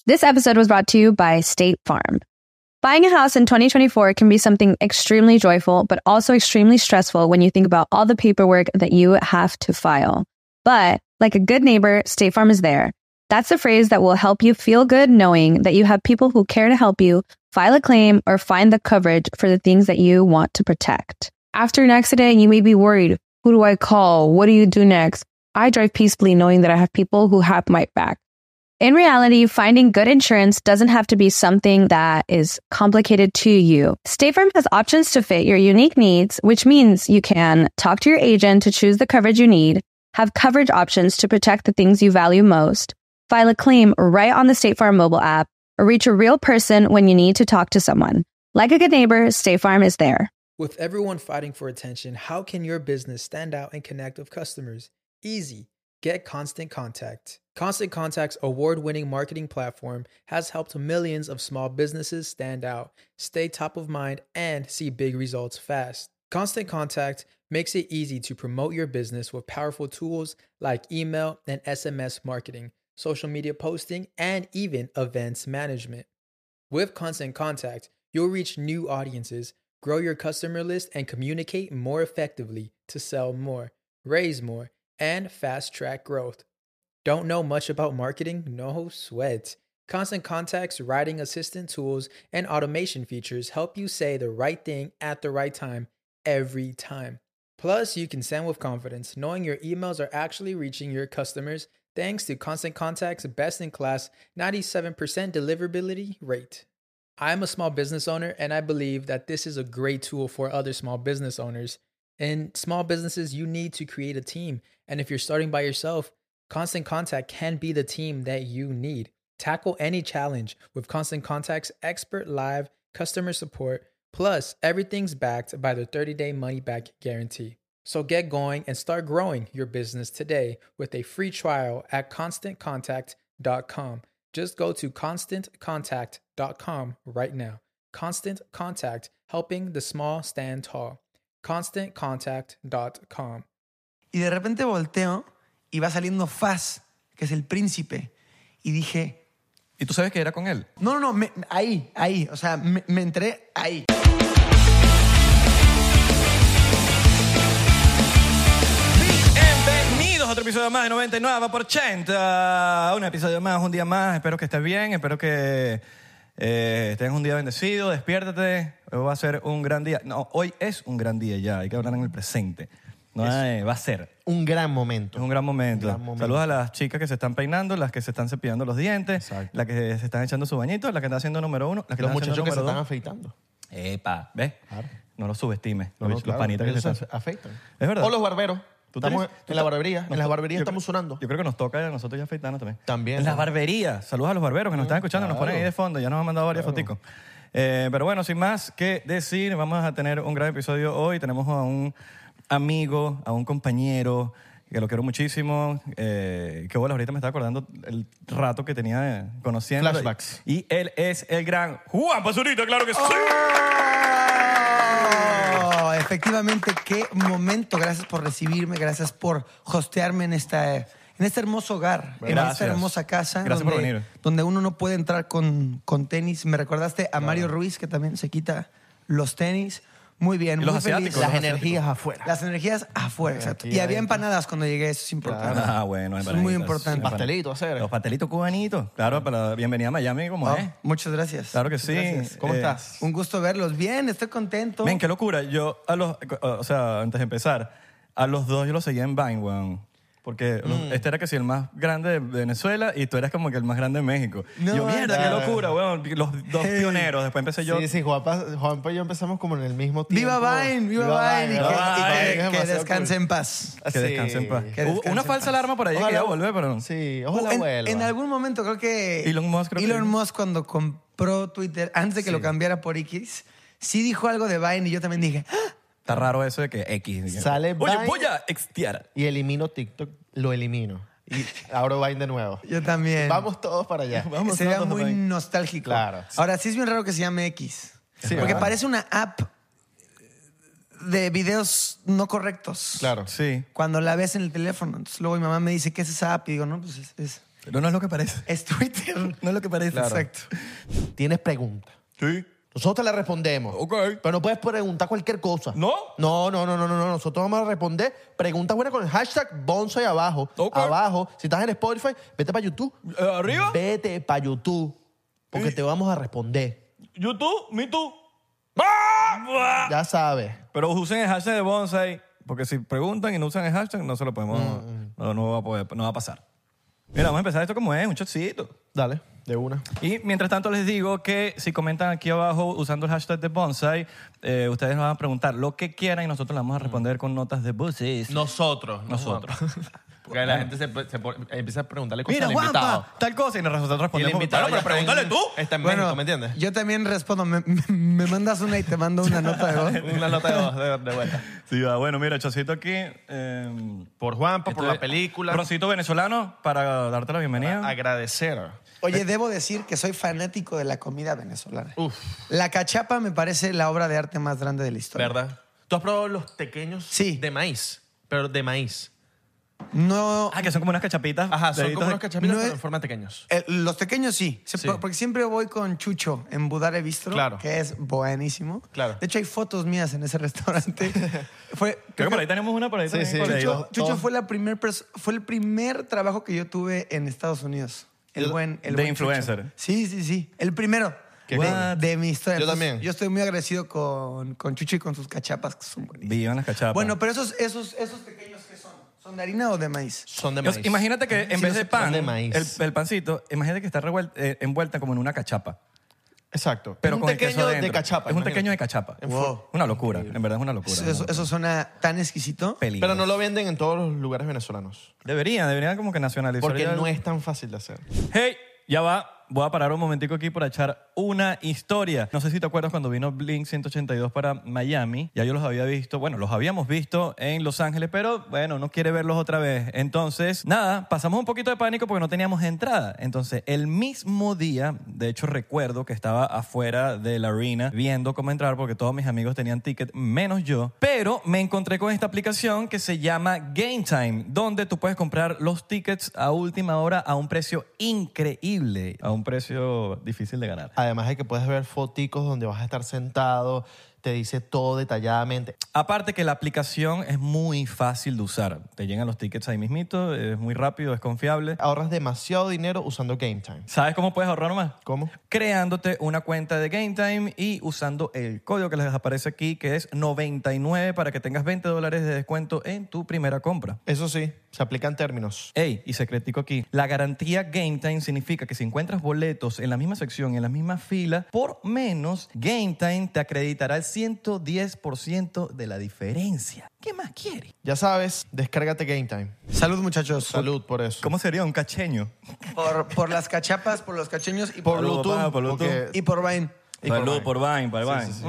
This episode was brought to you by State Farm. Buying a house in 2024 can be something extremely joyful, but also extremely stressful when you think about all the paperwork that you have to file. But like a good neighbor, State Farm is there. That's the phrase that will help you feel good knowing that you have people who care to help you file a claim or find the coverage for the things that you want to protect. After an accident, you may be worried. Who do I call? What do you do next? I drive peacefully knowing that I have people who have my back. In reality, finding good insurance doesn't have to be something that is complicated to you. State Farm has options to fit your unique needs, which means you can talk to your agent to choose the coverage you need, have coverage options to protect the things you value most, file a claim right on the State Farm mobile app, or reach a real person when you need to talk to someone. Like a good neighbor, State Farm is there. With everyone fighting for attention, how can your business stand out and connect with customers? Easy. Get Constant Contact. Constant Contact's award-winning marketing platform has helped millions of small businesses stand out, stay top of mind, and see big results fast. Constant Contact makes it easy to promote your business with powerful tools like email and SMS marketing, social media posting, and even events management. With Constant Contact, you'll reach new audiences, grow your customer list, and communicate more effectively to sell more, raise more, and fast-track growth. Don't know much about marketing? No sweat. Constant Contact's writing assistant tools and automation features help you say the right thing at the right time every time. Plus, you can send with confidence, knowing your emails are actually reaching your customers thanks to Constant Contact's best-in-class 97% deliverability rate. I'm a small business owner, and I believe that this is a great tool for other small business owners. In small businesses, you need to create a team. And if you're starting by yourself, Constant Contact can be the team that you need. Tackle any challenge with Constant Contact's expert live customer support. Plus, everything's backed by the 30-day money-back guarantee. So get going and start growing your business today with a free trial at ConstantContact.com. Just go to ConstantContact.com right now. Constant Contact, helping the small stand tall. ConstantContact.com. Y de repente volteo y va saliendo Faz, que es el príncipe. Y dije... ¿Y tú sabes que era con él? No, ahí. O sea, me entré ahí. Bienvenidos a otro episodio más de 99%. Un episodio más, un día más. Espero que estés bien, espero que tengas un día bendecido. Despiértate. Hoy va a ser un gran día. No, hoy es un gran día ya. Hay que hablar en el presente. No, va a ser. Un gran momento. Es un gran momento. Saludos a las chicas que se están peinando, las que se están cepillando los dientes, Exacto. las que se están echando su bañito, las que están haciendo número uno, las que Los están haciendo muchachos que se número están dos. afeitando. Epa, ¿ves? Claro. No los subestimes. No, los claro, panitas que se ellos están... afeitan. Es verdad. O los barberos. ¿Tú Estamos tienes- en la barbería. En las barberías yo estamos creo- sonando. Yo creo que nos toca a nosotros ya afeitarnos también. También, En las ¿no? barberías. Saludos a los barberos que nos están escuchando, nos claro. ponen ahí de fondo. Ya nos han mandado varias foticos. Pero bueno, sin más que decir, vamos a tener un gran episodio hoy. Tenemos a un amigo, a un compañero que lo quiero muchísimo. Que bueno, ahorita me estaba acordando el rato que tenía conociendo. Flashbacks. Y él es el gran Juan Pazurita, claro que sí. Oh, efectivamente, qué momento. Gracias por recibirme, gracias por hostearme en este hermoso hogar, en Gracias. esta hermosa casa. Gracias por venir. Donde uno no puede entrar con tenis. Me recordaste a Mario Ruiz, que también se quita los tenis. Muy bien, Y muy los feliz. asiáticos, Las los energías afuera. Las energías afuera, exacto. aquí Y había adentro. empanadas cuando llegué, eso es importante. Ah, bueno. Eso es muy empanitas. importante. Pastelito, hacer. Los pastelitos cubanitos. Claro, para bienvenida a Miami, como Oh, es. muchas gracias. Claro que sí. Gracias. ¿Cómo estás? Un gusto verlos. Bien, estoy contento. Men, qué locura. Yo o sea, antes de empezar, a los dos yo los seguía en Vine, weón. Porque este era que sí el más grande de Venezuela y tú eras como que el más grande de México. No, yo, mierda, qué claro. locura, weón. Los dos pioneros. Después empecé yo. Sí, Juanpa y yo empezamos como en el mismo tiempo. ¡Viva Vine! ¡Viva Vine! Y Viva que Vine. descanse en paz. Que descanse en paz. Que Hubo descanse una en falsa paz. alarma por ahí que Ojalá- iba a volver, pero... Sí, ojalá vuelva. En algún momento creo que Elon Musk creo que- Elon Musk cuando compró Twitter, antes de que lo cambiara por X, sí dijo algo de Vine y yo también dije, ¡ah! Está raro eso de que X. Sale Oye, Vine. voy a extiar. Y elimino TikTok, lo elimino. Y abro Vine de nuevo. Yo también. Vamos todos para allá. Vamos Sería todos muy a Vine. nostálgico. Claro. Ahora, sí es bien raro que se llame X. Sí, porque ¿verdad? parece una app de videos no correctos. Claro. Sí. Cuando la ves en el teléfono. Entonces luego mi mamá me dice, ¿qué es esa app? Y digo, no, pues es Pero no es lo que parece. Es Twitter. No es lo que parece. Claro. Exacto. Tienes preguntas. Sí. Nosotros te la respondemos. Ok. Pero no puedes preguntar cualquier cosa. ¿No? No. Nosotros vamos a responder preguntas buenas con el hashtag Bonsai abajo. Ok. Abajo. Si estás en Spotify, vete para YouTube. ¿Arriba? Vete para YouTube. Porque te vamos a responder. YouTube, me too. Ya sabes. Pero usen el hashtag de Bonsai, porque si preguntan y no usan el hashtag, no se lo podemos... No va a poder, no va a pasar. Mira, vamos a empezar esto como es, un chocito. Dale, de una. Y mientras tanto les digo que si comentan aquí abajo usando el hashtag de Bonsai, ustedes nos van a preguntar lo que quieran y nosotros les vamos a responder con notas de buses. Nosotros. Porque la gente empieza a preguntarle cosas Mira, al invitado. Juanpa, tal cosa. Y nosotros Y el respondemos. invitado "Bueno, ya pero pregúntale está tú. Está en Bueno, México, ¿me entiendes? yo también respondo. Me mandas una y te mando una nota de voz. Una nota de voz de vuelta. Sí, va. Bueno, mira, chocito aquí. Por Juanpa, por la película. Roncito venezolano para darte la bienvenida. Agradecer. Oye, debo decir que soy fanático de la comida venezolana. Uf, La cachapa me parece la obra de arte más grande de la historia. ¿verdad? ¿Tú has probado los pequeños? Sí. De maíz. Pero de maíz. No, Que son como unas cachapitas. Ajá, son deditos como de- unos cachapitas, no pero es- en forma de pequeños. los pequeños sí. Sí. Porque siempre voy con Chucho en Budare Bistro, Claro. que es buenísimo. Claro. De hecho, hay fotos mías en ese restaurante. Creo que por ahí tenemos una por ahí Sí, también. sí. por ahí. Chucho, Todo. fue el primer trabajo que yo tuve en Estados Unidos. El Yo- buen de Chucho. influencer. Sí. El primero Qué de, cool. de mi historia. Yo Entonces, también. Yo estoy muy agradecido con Chucho y con sus cachapas, que son buenísimas. Vivan las cachapas. Bueno, pero esos pequeños, ¿qué son? ¿Son de harina o de maíz? Son de O sea, maíz. imagínate que en Sí, vez de son pan, de maíz. el pancito, imagínate que está envuelta como en una cachapa. Exacto. Pero un con el queso pequeño de adentro. cachapa. Es un imagínate. pequeño de cachapa. Wow. Una locura, en verdad es una locura. Eso suena tan exquisito. Peligro. Pero no lo venden en todos los lugares venezolanos. Deberían como que nacionalizar. Porque ya- no es tan fácil de hacer. Hey, ya va. Voy a parar un momentico aquí para echar una historia. No sé si te acuerdas cuando vino Blink 182 para Miami. Ya yo los había visto, bueno, los habíamos visto en Los Ángeles, pero bueno, no quiere verlos otra vez. Entonces, nada, pasamos un poquito de pánico porque no teníamos entrada. Entonces, el mismo día, de hecho recuerdo que estaba afuera de la arena viendo cómo entrar porque todos mis amigos tenían ticket, menos yo. Pero me encontré con esta aplicación que se llama Game Time, donde tú puedes comprar los tickets a última hora a un precio increíble, a un precio difícil de ganar. Además de que puedes ver foticos donde vas a estar sentado, te dice todo detalladamente. Aparte que la aplicación es muy fácil de usar. Te llegan los tickets ahí mismito, es muy rápido, es confiable. Ahorras demasiado dinero usando Game Time. ¿Sabes cómo puedes ahorrar más? ¿Cómo? Creándote una cuenta de Game Time y usando el código que les aparece aquí, que es 99 para que tengas $20 de descuento en tu primera compra. Eso sí, se aplican términos. Ey, y secretico aquí. La garantía Game Time significa que si encuentras boletos en la misma sección, en la misma fila, por menos, Game Time te acreditará el 110% de la diferencia. ¿Qué más quieres? Ya sabes, descárgate Game Time. Salud, muchachos. Salud por eso. ¿Cómo sería un cacheño? Por las cachapas, por los cacheños y Por por, Salud, Bluetooth. papá, por Bluetooth. porque- y por Vine. Y por Salud Vine. por Vine, por Vine. Sí, sí, sí.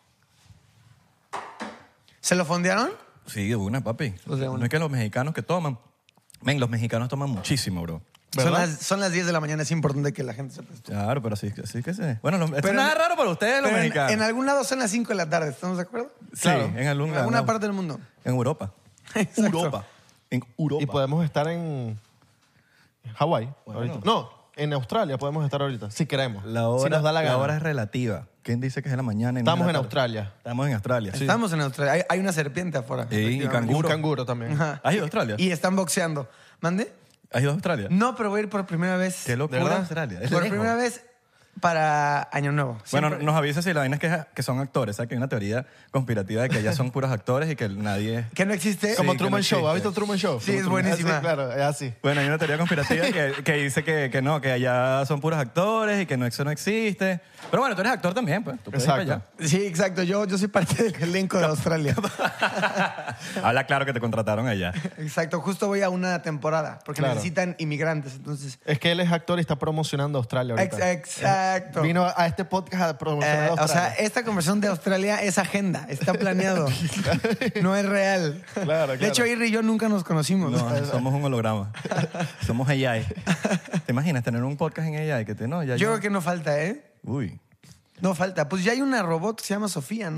¿Se lo fondearon? Sí, de una, papi. Pues de una. No es que los mexicanos que toman. Ven, los mexicanos toman muchísimo, bro. ¿Verdad? Son las 10 de la mañana, es importante que la gente sepa esto. Claro, pero así que sí. Bueno, esto Pero no es raro para ustedes, los Pero mexicanos. en algún lado son las 5 de la tarde, ¿estamos de acuerdo? Sí, Claro. en algún En alguna lado. parte del mundo. En Europa. Exacto. Europa. En Europa. Y podemos estar en Hawái. ahorita. No, en Australia podemos estar ahorita, si queremos. La hora, si nos da la gana. hora es relativa. ¿Quién dice que es en la mañana? y no Estamos es en la tarde? Australia. Estamos en Australia. Estamos en Australia. Hay una serpiente afuera. Sí, y efectivamente. Y un Canguro. canguro también. Ajá. ¿Has ido a Australia? Y están boxeando. ¿Mande? ¿Has ido a Australia? No, pero voy a ir por primera vez. Qué locura verdad? Australia. Es Por lejos. primera vez para Año Nuevo. Bueno, Siempre- nos avisa si la vaina es que son actores. ¿Sabes? Que hay una teoría conspirativa de que allá son puros actores y que nadie... que no existe. Como Sí, Truman que no Show. ¿Has existe. visto Truman Show? Sí, es Como Truman- buenísima. Sí, claro, es así. Bueno, hay una teoría conspirativa que dice que no, que allá son puros actores y que no, eso no existe. Pero bueno, tú eres actor también, pues. Tú puedes ir para Exacto. Sí, exacto. Yo soy parte del elenco de Australia. allá. Habla claro que te contrataron allá. Exacto. Justo voy a una temporada porque Claro. necesitan inmigrantes. Entonces. Es que él es actor y está promocionando Australia ahorita. Exacto. Vino a este podcast a promocionar O sea, Australia. esta conversión de Australia es agenda, está planeado. No es real. Claro, De claro. hecho, Irri y yo nunca nos conocimos. No, somos un holograma. Somos AI. ¿Te imaginas tener un podcast en AI? No, ya Yo creo que no falta, ¿eh? Uy. No falta. Pues ya hay una robot que se llama Sofía, ¿no?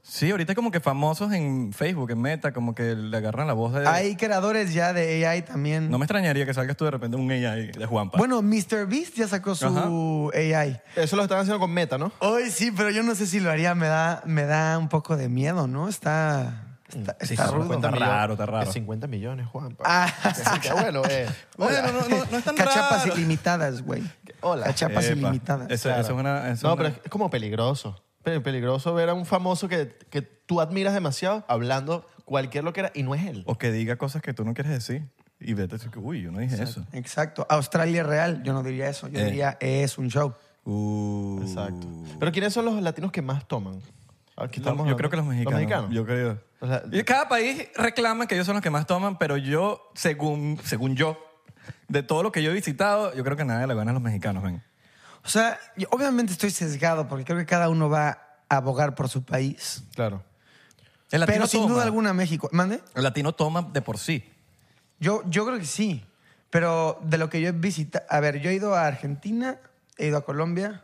Sí, ahorita como que famosos en Facebook, en Meta, como que le agarran la voz de... Hay creadores ya de AI también. No me extrañaría que salgas tú de repente un AI de Juanpa. Bueno, MrBeast ya sacó su AI. Eso lo están haciendo con Meta, ¿no? Hoy sí, pero yo no sé si lo haría. Me da un poco de miedo, ¿no? Está rudo. Está raro, está raro. 50 millones, Juanpa. Ah, Qué bueno, Bueno, no es tan cachapas raro. ilimitadas, güey. Hola. Cachapas Epa, ilimitadas. Eso es una... No, pero es como peligroso. Peligroso ver a un famoso que tú admiras demasiado hablando cualquier loquera y no es él. O que diga cosas que tú no quieres decir. Y vete a decir que, uy, yo no dije eso. Exacto. Australia es real. Yo no diría eso. Yo diría es un show. Exacto. Pero ¿quiénes son los latinos que más toman? Aquí estamos Yo creo que los mexicanos. ¿Los mexicanos? Yo creo. O sea, Y cada país reclama que ellos son los que más toman, pero yo, según yo, de todo lo que yo he visitado, yo creo que nadie le gana a los mexicanos, ven. O sea, yo obviamente estoy sesgado porque creo que cada uno va a abogar por su país. claro. El latino Pero sin toma. duda alguna México. ¿Mande? El latino toma de por sí. Yo creo que sí. Pero de lo que yo he visitado... A ver, yo he ido a Argentina, he ido a Colombia,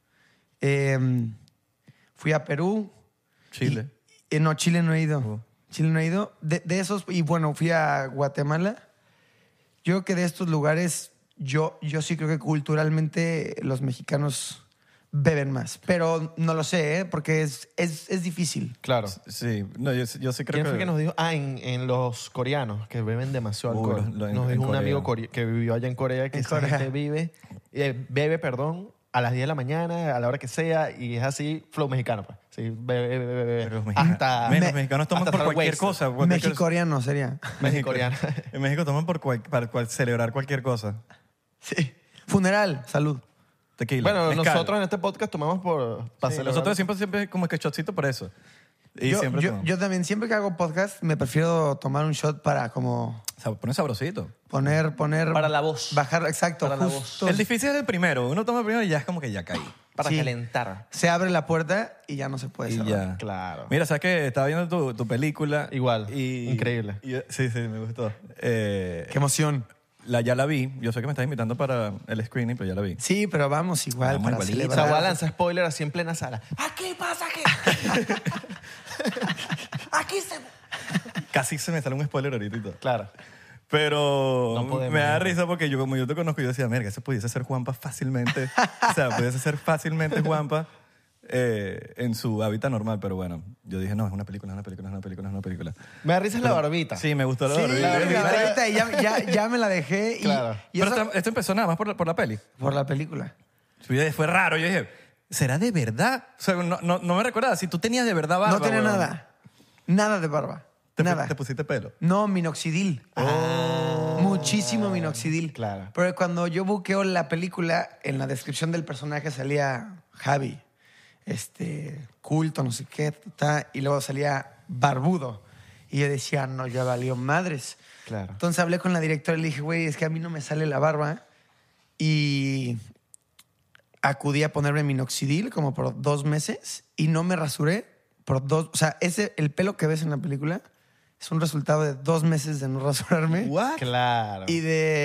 fui a Perú. Chile. No, Chile no he ido. Oh. Chile no he ido. De esos... Y bueno, fui a Guatemala. Yo creo que de estos lugares, yo sí creo que culturalmente los mexicanos beben más. Pero no lo sé, ¿eh? Porque es difícil. Claro. Sí, no, yo sí creo ¿Quién fue que nos dijo? En los coreanos, que beben demasiado alcohol. Nos dijo un amigo que vivió allá en Corea que En esa Corea. gente bebe, a las 10 de la mañana, a la hora que sea, y es así, flow mexicano, pues. Sí, bebe. Pero los mexicanos, los mexicanos toman hasta por estar cualquier wasted. cosa. Mexicoreano sería. Mexicoreano. En México toman para celebrar cualquier cosa. Sí. Funeral, salud. Tequila. Bueno, mezcal. nosotros en este podcast tomamos para Sí, celebrar. nosotros siempre como que shotcito por eso. Y siempre tomamos. Yo también, siempre que hago podcast, me prefiero tomar un shot para como O sea, pone sabrosito. poner... Para la voz. Bajar, exacto. Para la justo. El difícil es el primero. Uno toma el primero y ya es como que ya caí. Para Sí. calentar. Se abre la puerta y ya no se puede Y cerrar. ya. Claro. Mira, ¿sabes qué? Estaba viendo tu película. Igual. Increíble. Sí, me gustó. Qué emoción. Ya la vi. Yo sé que me estás invitando para el screening, pero ya la vi. Sí, pero vamos igual Vamos para igualito. celebrar. Zaguá lanza spoiler así en plena sala. Aquí pasa que... Aquí se... Casi se me sale un spoiler ahorita y todo. Claro. Pero No podemos, me da no. risa porque como yo te conozco, yo decía, mira, ese pudiese ser Juanpa fácilmente. O sea, pudiese ser fácilmente Juanpa en su hábitat normal. Pero bueno, yo dije, no, es una película. Me da risa la barbita. Sí, me gustó la Sí, barbita. ahorita ya me la dejé y, Claro. y Pero eso- esto empezó nada más por la peli. por la película. Fue raro. Yo dije, ¿será de verdad? O sea, no me recordaba. Si tú tenías de verdad barba. No tenía weón. nada. Nada de barba. Nada. Te pusiste pelo. No, minoxidil. Muchísimo minoxidil. Claro. Pero cuando yo buqueo la película, en la descripción del personaje salía Javi, culto, no sé qué, y luego salía barbudo. Y yo decía, no, ya valió madres. Claro. Entonces hablé con la directora y le dije, güey, es que a mí no me sale la barba. Y acudí a ponerme minoxidil como por 2 meses y no me rasuré por 2... O sea, el pelo que ves en la película es un resultado de 2 meses de no rasurarme. Claro. Y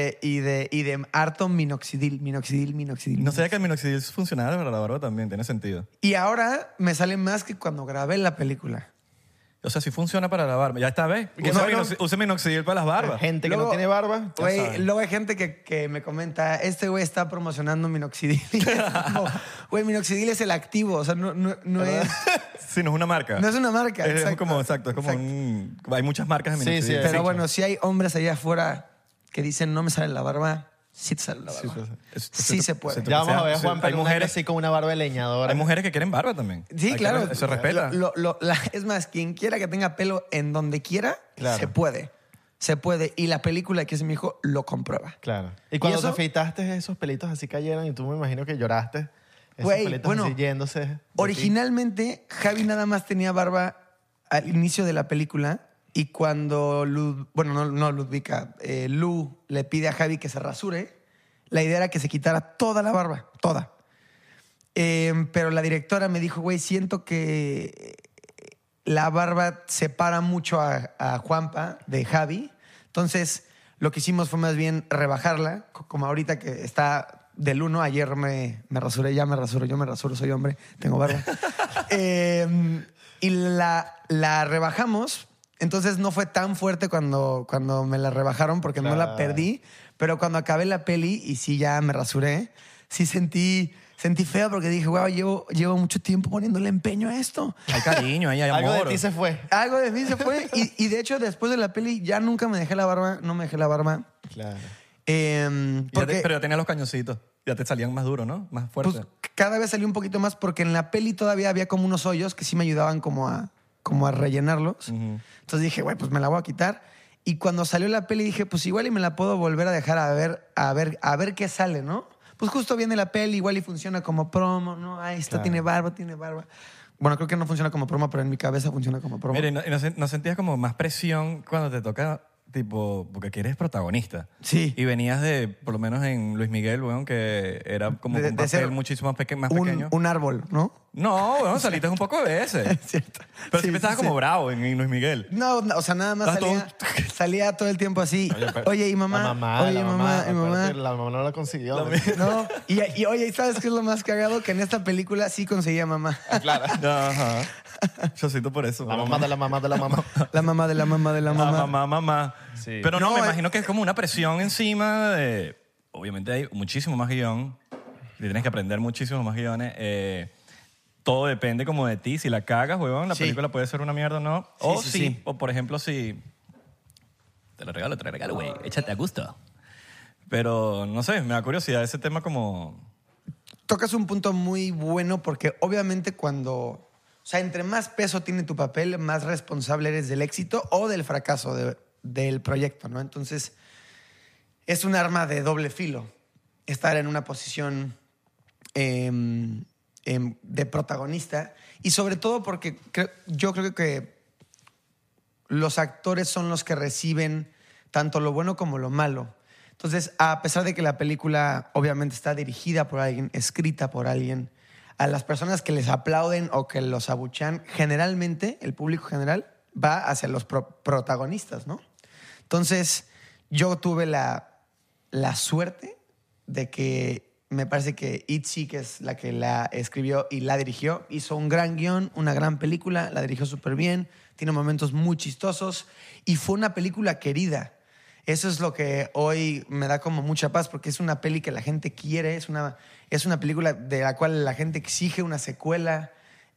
de harto minoxidil. No sabía que el minoxidil funcionaba para la barba también. Tiene sentido. Y ahora me sale más que cuando grabé la película. O sea, sí funciona para la barba. Ya está, ¿ves? Use minoxidil para las barbas. Gente que Luego, no tiene barba, ya Güey, saben. luego hay gente que me comenta, este güey está promocionando minoxidil. Y es como, güey, minoxidil es el activo, o sea, no es... Sí, no es una marca. No es una marca, Es exacto. como, exacto, es como Exacto. hay muchas marcas de Sí, minoxidil. sí, Pero bueno, si hay hombres allá afuera que dicen, no me sale la barba, sí te sale la barba. Sí se puede. Ya vamos a ver a Juan Hay Pablo mujeres, así con una barba de leñadora. hay mujeres que quieren barba también. Sí, Hay que- claro. Eso respeta. Es más, quien quiera que tenga pelo en donde quiera, Claro. se puede. Se puede. Y la película que es mi hijo lo comprueba. Claro. Y cuando eso? te afeitaste, esos pelitos así cayeron y tú me imagino que lloraste. Esos Güey, pelitos bueno, así yéndose. de ti. Originalmente, Javi nada más tenía barba al inicio de la película y cuando Ludvika, Lu le pide a Javi que se rasure, la idea era que se quitara toda la barba, toda. Pero la directora me dijo, güey, siento que la barba separa mucho a Juanpa de Javi. Entonces, lo que hicimos fue más bien rebajarla, como ahorita que está del 1. Ayer me rasuré, ya me rasuro, yo me rasuro, soy hombre, tengo barba. Y la rebajamos. Entonces no fue tan fuerte cuando me la rebajaron porque no la perdí. Pero cuando acabé la peli y sí ya me rasuré, sí sentí feo porque dije, wow, llevo mucho tiempo poniéndole empeño a esto. Hay cariño, hay amor. Algo de ti se fue. Algo de mí se fue. Y de hecho, después de la peli ya nunca me dejé la barba. No me dejé la barba. Claro. Porque, Pero ya tenías los cañoncitos. Ya te salían más duros, ¿no? Más fuertes. pues, cada vez salí un poquito más porque en la peli todavía había como unos hoyos que sí me ayudaban como a rellenarlos. Entonces dije, güey, pues me la voy a quitar. Y cuando salió la peli dije, pues igual y me la puedo volver a dejar a ver qué sale, ¿no? Pues justo viene la peli, igual y funciona como promo, ¿no? Ahí está, tiene barba. Bueno, creo que no funciona como promo, pero en mi cabeza funciona como promo. Mira, ¿no sentías como más presión cuando te toca, tipo, porque aquí eres protagonista? Sí. Y venías de, por lo menos en Luis Miguel, weón, que era como un de ser papel muchísimo más pequeño. Un árbol, ¿no? No, bueno, saliste un poco de veces. Es cierto. Pero Sí, siempre estabas sí, como sí. bravo en Luis Miguel. No, o sea, nada más salía todo el tiempo así. Oye, y mamá. La mamá, Oye, la mamá. Y mamá. acuérdate, la mamá no la consiguió. No, y oye, ¿sabes qué es lo más cagado? Que en esta película sí conseguía mamá. Claro. Ajá. Yo siento por eso. La mamá de la mamá de la mamá. La mamá de la mamá de la mamá. Mamá. Sí. Pero no, No, me imagino que es como una presión encima de... Obviamente hay muchísimo más guión. Y tienes que aprender muchísimos más guiones. Todo depende como de ti. Si la cagas, huevón, la Sí. película puede ser una mierda o no. O sí, sí. sí. O por ejemplo, si... Te lo regalo, güey. Échate a gusto. Pero, no sé, me da curiosidad ese tema como... Tocas un punto muy bueno porque obviamente cuando... O sea, entre más peso tiene tu papel, más responsable eres del éxito o del fracaso del proyecto, ¿no? Entonces, es un arma de doble filo estar en una posición de protagonista y sobre todo porque yo creo que los actores son los que reciben tanto lo bueno como lo malo. Entonces, a pesar de que la película obviamente está dirigida por alguien, escrita por alguien, a las personas que les aplauden o que los abuchean, generalmente, el público general, va hacia los protagonistas, ¿no? Entonces, yo tuve la suerte de que me parece que Itzy, que es la que la escribió y la dirigió, hizo un gran guión, una gran película, la dirigió súper bien, tiene momentos muy chistosos y fue una película querida. Eso es lo que hoy me da como mucha paz porque es una peli que la gente quiere, es una película de la cual la gente exige una secuela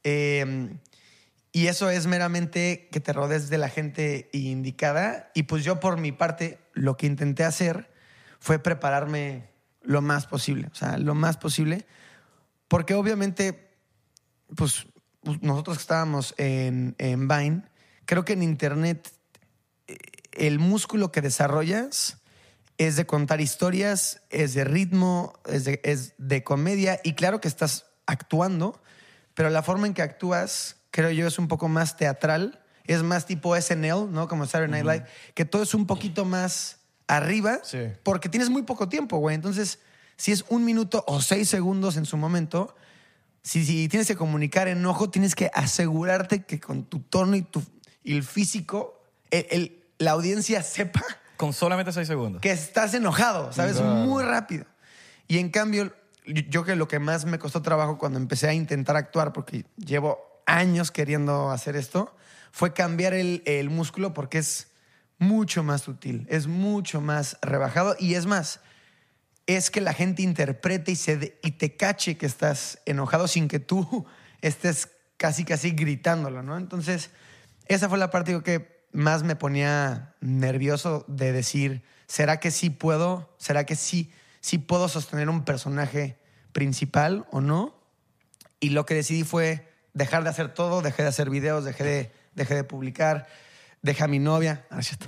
y eso es meramente que te rodees de la gente indicada y pues yo por mi parte lo que intenté hacer fue prepararme lo más posible, o sea, lo más posible porque obviamente pues nosotros que estábamos en Vine, creo que en internet el músculo que desarrollas es de contar historias, es de ritmo, es de comedia y claro que estás actuando, pero la forma en que actúas, creo yo, es un poco más teatral, es más tipo SNL, ¿no? Como Saturday Night Live, que todo es un poquito más arriba porque tienes muy poco tiempo, güey. Entonces, si es 1 minuto o 6 segundos en su momento, si tienes que comunicar enojo, tienes que asegurarte que con tu tono y el físico, la audiencia sepa Con solamente 6 segundos. que estás enojado, ¿sabes? Claro. Muy rápido. Y en cambio, yo que lo que más me costó trabajo cuando empecé a intentar actuar, porque llevo años queriendo hacer esto, fue cambiar el músculo porque es mucho más sutil, es mucho más rebajado y es más, es que la gente interprete y te cache que estás enojado sin que tú estés casi gritándolo, ¿no? Entonces, esa fue la parte que más me ponía nervioso de decir, ¿será que sí puedo? ¿Será que sí puedo sostener un personaje principal o no? Y lo que decidí fue dejar de hacer todo, dejé de hacer videos, dejé de publicar, dejé a mi novia.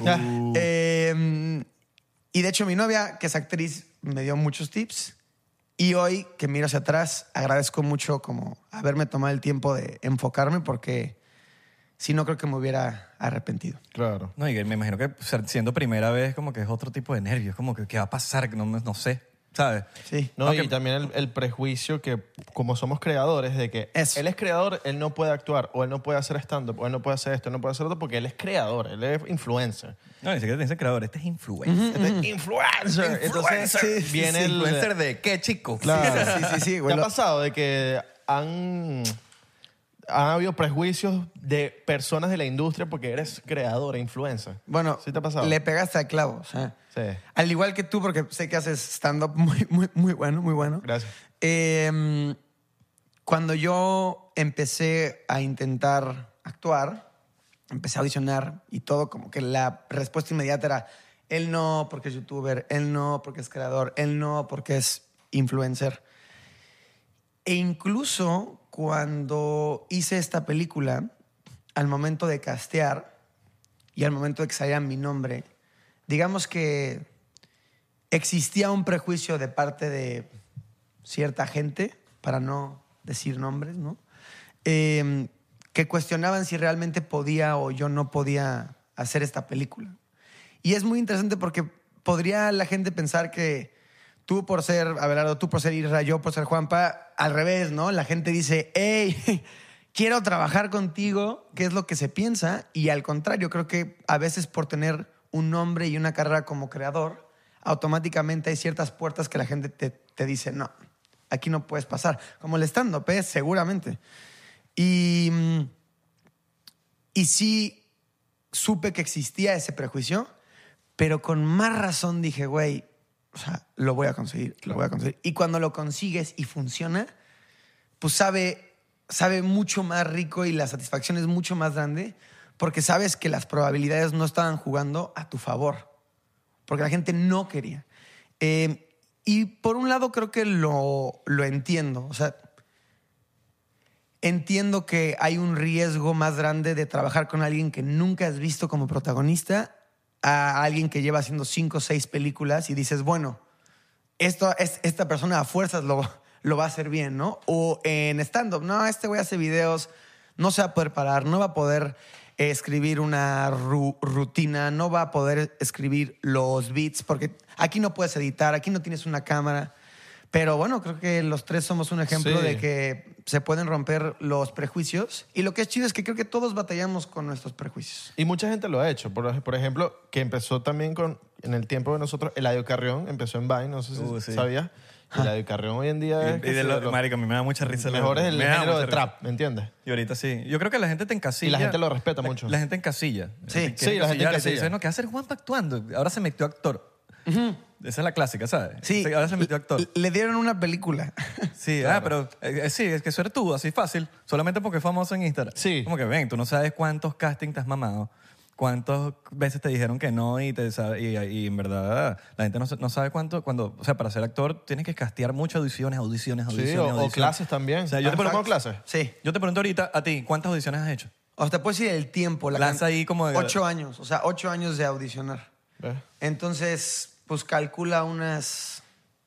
Y de hecho mi novia, que es actriz, me dio muchos tips. Y hoy que miro hacia atrás, agradezco mucho como haberme tomado el tiempo de enfocarme porque si no creo que me hubiera arrepentido. Claro. No, y me imagino que siendo primera vez como que es otro tipo de nervios, como que ¿qué va a pasar? No sé, ¿sabes? Sí. No, Ok. y también el prejuicio que, como somos creadores, de que Eso. él es creador, él no puede actuar, o él no puede hacer stand-up, o él no puede hacer esto, él no puede hacer otro, porque él es creador, él es influencer. No, ni siquiera te dice creador, este es influencer. Este es influencer. Entonces Sí, sí, viene sí. el... ¿Influencer de qué, chico? Claro. Sí, ¿Te güey. ha pasado de que han han habido prejuicios de personas de la industria porque eres creadora, influencer. Bueno, ¿Sí te ha pasado? le pegaste al clavo. O sea, Sí. al igual que tú, porque sé que haces stand-up muy bueno, muy bueno. Gracias. Cuando yo empecé a intentar actuar, empecé a audicionar y todo, como que la respuesta inmediata era, él no porque es youtuber, él no porque es creador, él no porque es influencer. E incluso cuando hice esta película, al momento de castear y al momento de que saliera mi nombre, digamos que existía un prejuicio de parte de cierta gente, para no decir nombres, ¿no? Que cuestionaban si realmente podía o yo no podía hacer esta película. Y es muy interesante porque podría la gente pensar que tú por ser Abelardo, tú por ser Isra, yo por ser Juanpa, al revés, ¿no? La gente dice, hey, quiero trabajar contigo, ¿qué es lo que se piensa? Y al contrario, creo que a veces por tener un nombre y una carrera como creador, automáticamente hay ciertas puertas que la gente te dice, no, aquí no puedes pasar. Como el stand-up, seguramente. Y sí supe que existía ese prejuicio, pero con más razón dije, güey, o sea, lo voy a conseguir, lo voy a conseguir. Y cuando lo consigues y funciona, pues sabe mucho más rico y la satisfacción es mucho más grande porque sabes que las probabilidades no estaban jugando a tu favor, porque la gente no quería. Y por un lado creo que lo entiendo, o sea, entiendo que hay un riesgo más grande de trabajar con alguien que nunca has visto como protagonista a alguien que lleva haciendo 5 o 6 películas y dices, bueno, esta persona a fuerzas lo va a hacer bien, ¿no? O en stand-up, no, este güey hace videos, no se va a poder parar, no va a poder escribir una rutina, no va a poder escribir los beats, porque aquí no puedes editar, aquí no tienes una cámara. Pero bueno, creo que los tres somos un ejemplo Sí. de que se pueden romper los prejuicios. Y lo que es chido es que creo que todos batallamos con nuestros prejuicios. Y mucha gente lo ha hecho. Por ejemplo, que empezó también en el tiempo de nosotros, Eladio Carrión empezó en Vine, no sé si Sí. sabías. Eladio Carrión hoy en día es Y de los marico, a mí me da mucha risa. mejores del me da género mucha de risa. trap, ¿me entiendes? Y ahorita sí. Yo creo que la gente te encasilla. Y la gente lo respeta mucho. La gente encasilla. Sí. Sí, la gente encasilla. Dice, no, ¿qué hace el Juanpa actuando? Ahora se metió actor. Esa es la clásica, ¿sabes? Sí. Ahora se metió actor. Le dieron una película. Sí, pero sí, es que eso eres tú, así fácil, solamente porque es famoso en Instagram. Sí. Como que ven, tú no sabes cuántos castings te has mamado, cuántas veces te dijeron que no y en verdad la gente no sabe cuánto, o sea, para ser actor tienes que castear muchas audiciones. Sí, o clases también. O sea, yo te ¿Has tomado pregunto, clases? Sí. yo te pregunto ahorita a ti, ¿cuántas audiciones has hecho? O te puedes decir el tiempo. Lanza ahí como de- 8 años. O sea, 8 años de audicionar. ¿Ves? Entonces, pues calcula unas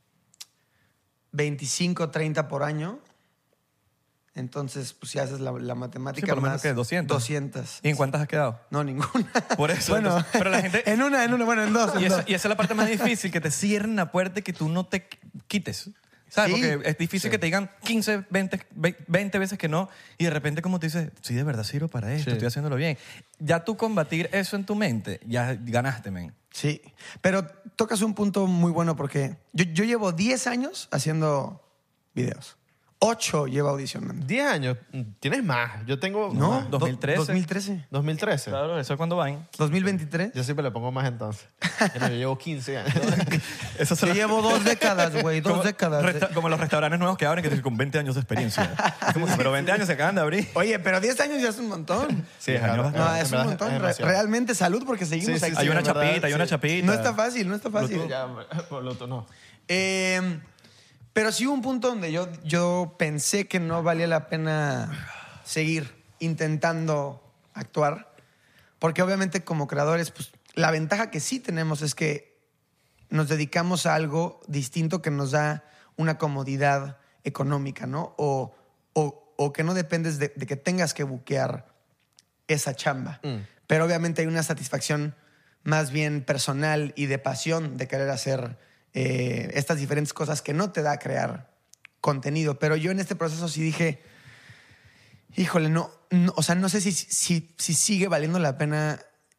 25, 30 por año. Entonces, pues si haces la matemática, Sí, por lo menos más que 200. 200. ¿Y en cuántas has quedado? No, ninguna. Por eso, Bueno, entonces, pero la gente- en una, bueno, en dos. Y en esa dos. es la parte más difícil, que te cierren la puerta y que tú no te quites. ¿Sabes? Sí. Porque es difícil que te digan 15, 20 veces que no y de repente como tú dices, sí, de verdad sirvo para esto, Sí. estoy haciéndolo bien. Ya tú combatir eso en tu mente, ya ganaste, men. Sí, pero tocas un punto muy bueno porque yo llevo 10 años haciendo videos. 8 llevo audicionando. 10 años. Tienes más. Yo tengo... No, más. 2013. 2013. 2013. Claro, eso es cuando van. 2023. Yo siempre le pongo más entonces. Yo llevo 15 años. Eso Yo llevo 2 décadas, güey, 2 décadas. Como los restaurantes nuevos que abren, que dicen con 20 años de experiencia. Es como que, pero 20 años se acaban de abrir. Oye, pero 10 años ya es un montón. Sí, años claro. No, En es un verdad, montón. demasiado. Realmente salud porque seguimos Sí, sí, aquí. Hay sí, una en verdad, chapita, hay una sí. chapita. No está fácil, no está fácil. Ya, Bluetooth no. Pero sí hubo un punto donde yo pensé que no valía la pena seguir intentando actuar, porque obviamente como creadores, pues la ventaja que sí tenemos es que nos dedicamos a algo distinto que nos da una comodidad económica, ¿no? O que no dependes de que tengas que buquear esa chamba. Pero obviamente hay una satisfacción más bien personal y de pasión de querer hacer estas diferentes cosas que no te da crear contenido. Pero yo en este proceso sí dije, híjole, no, o sea, no sé si sigue valiendo la pena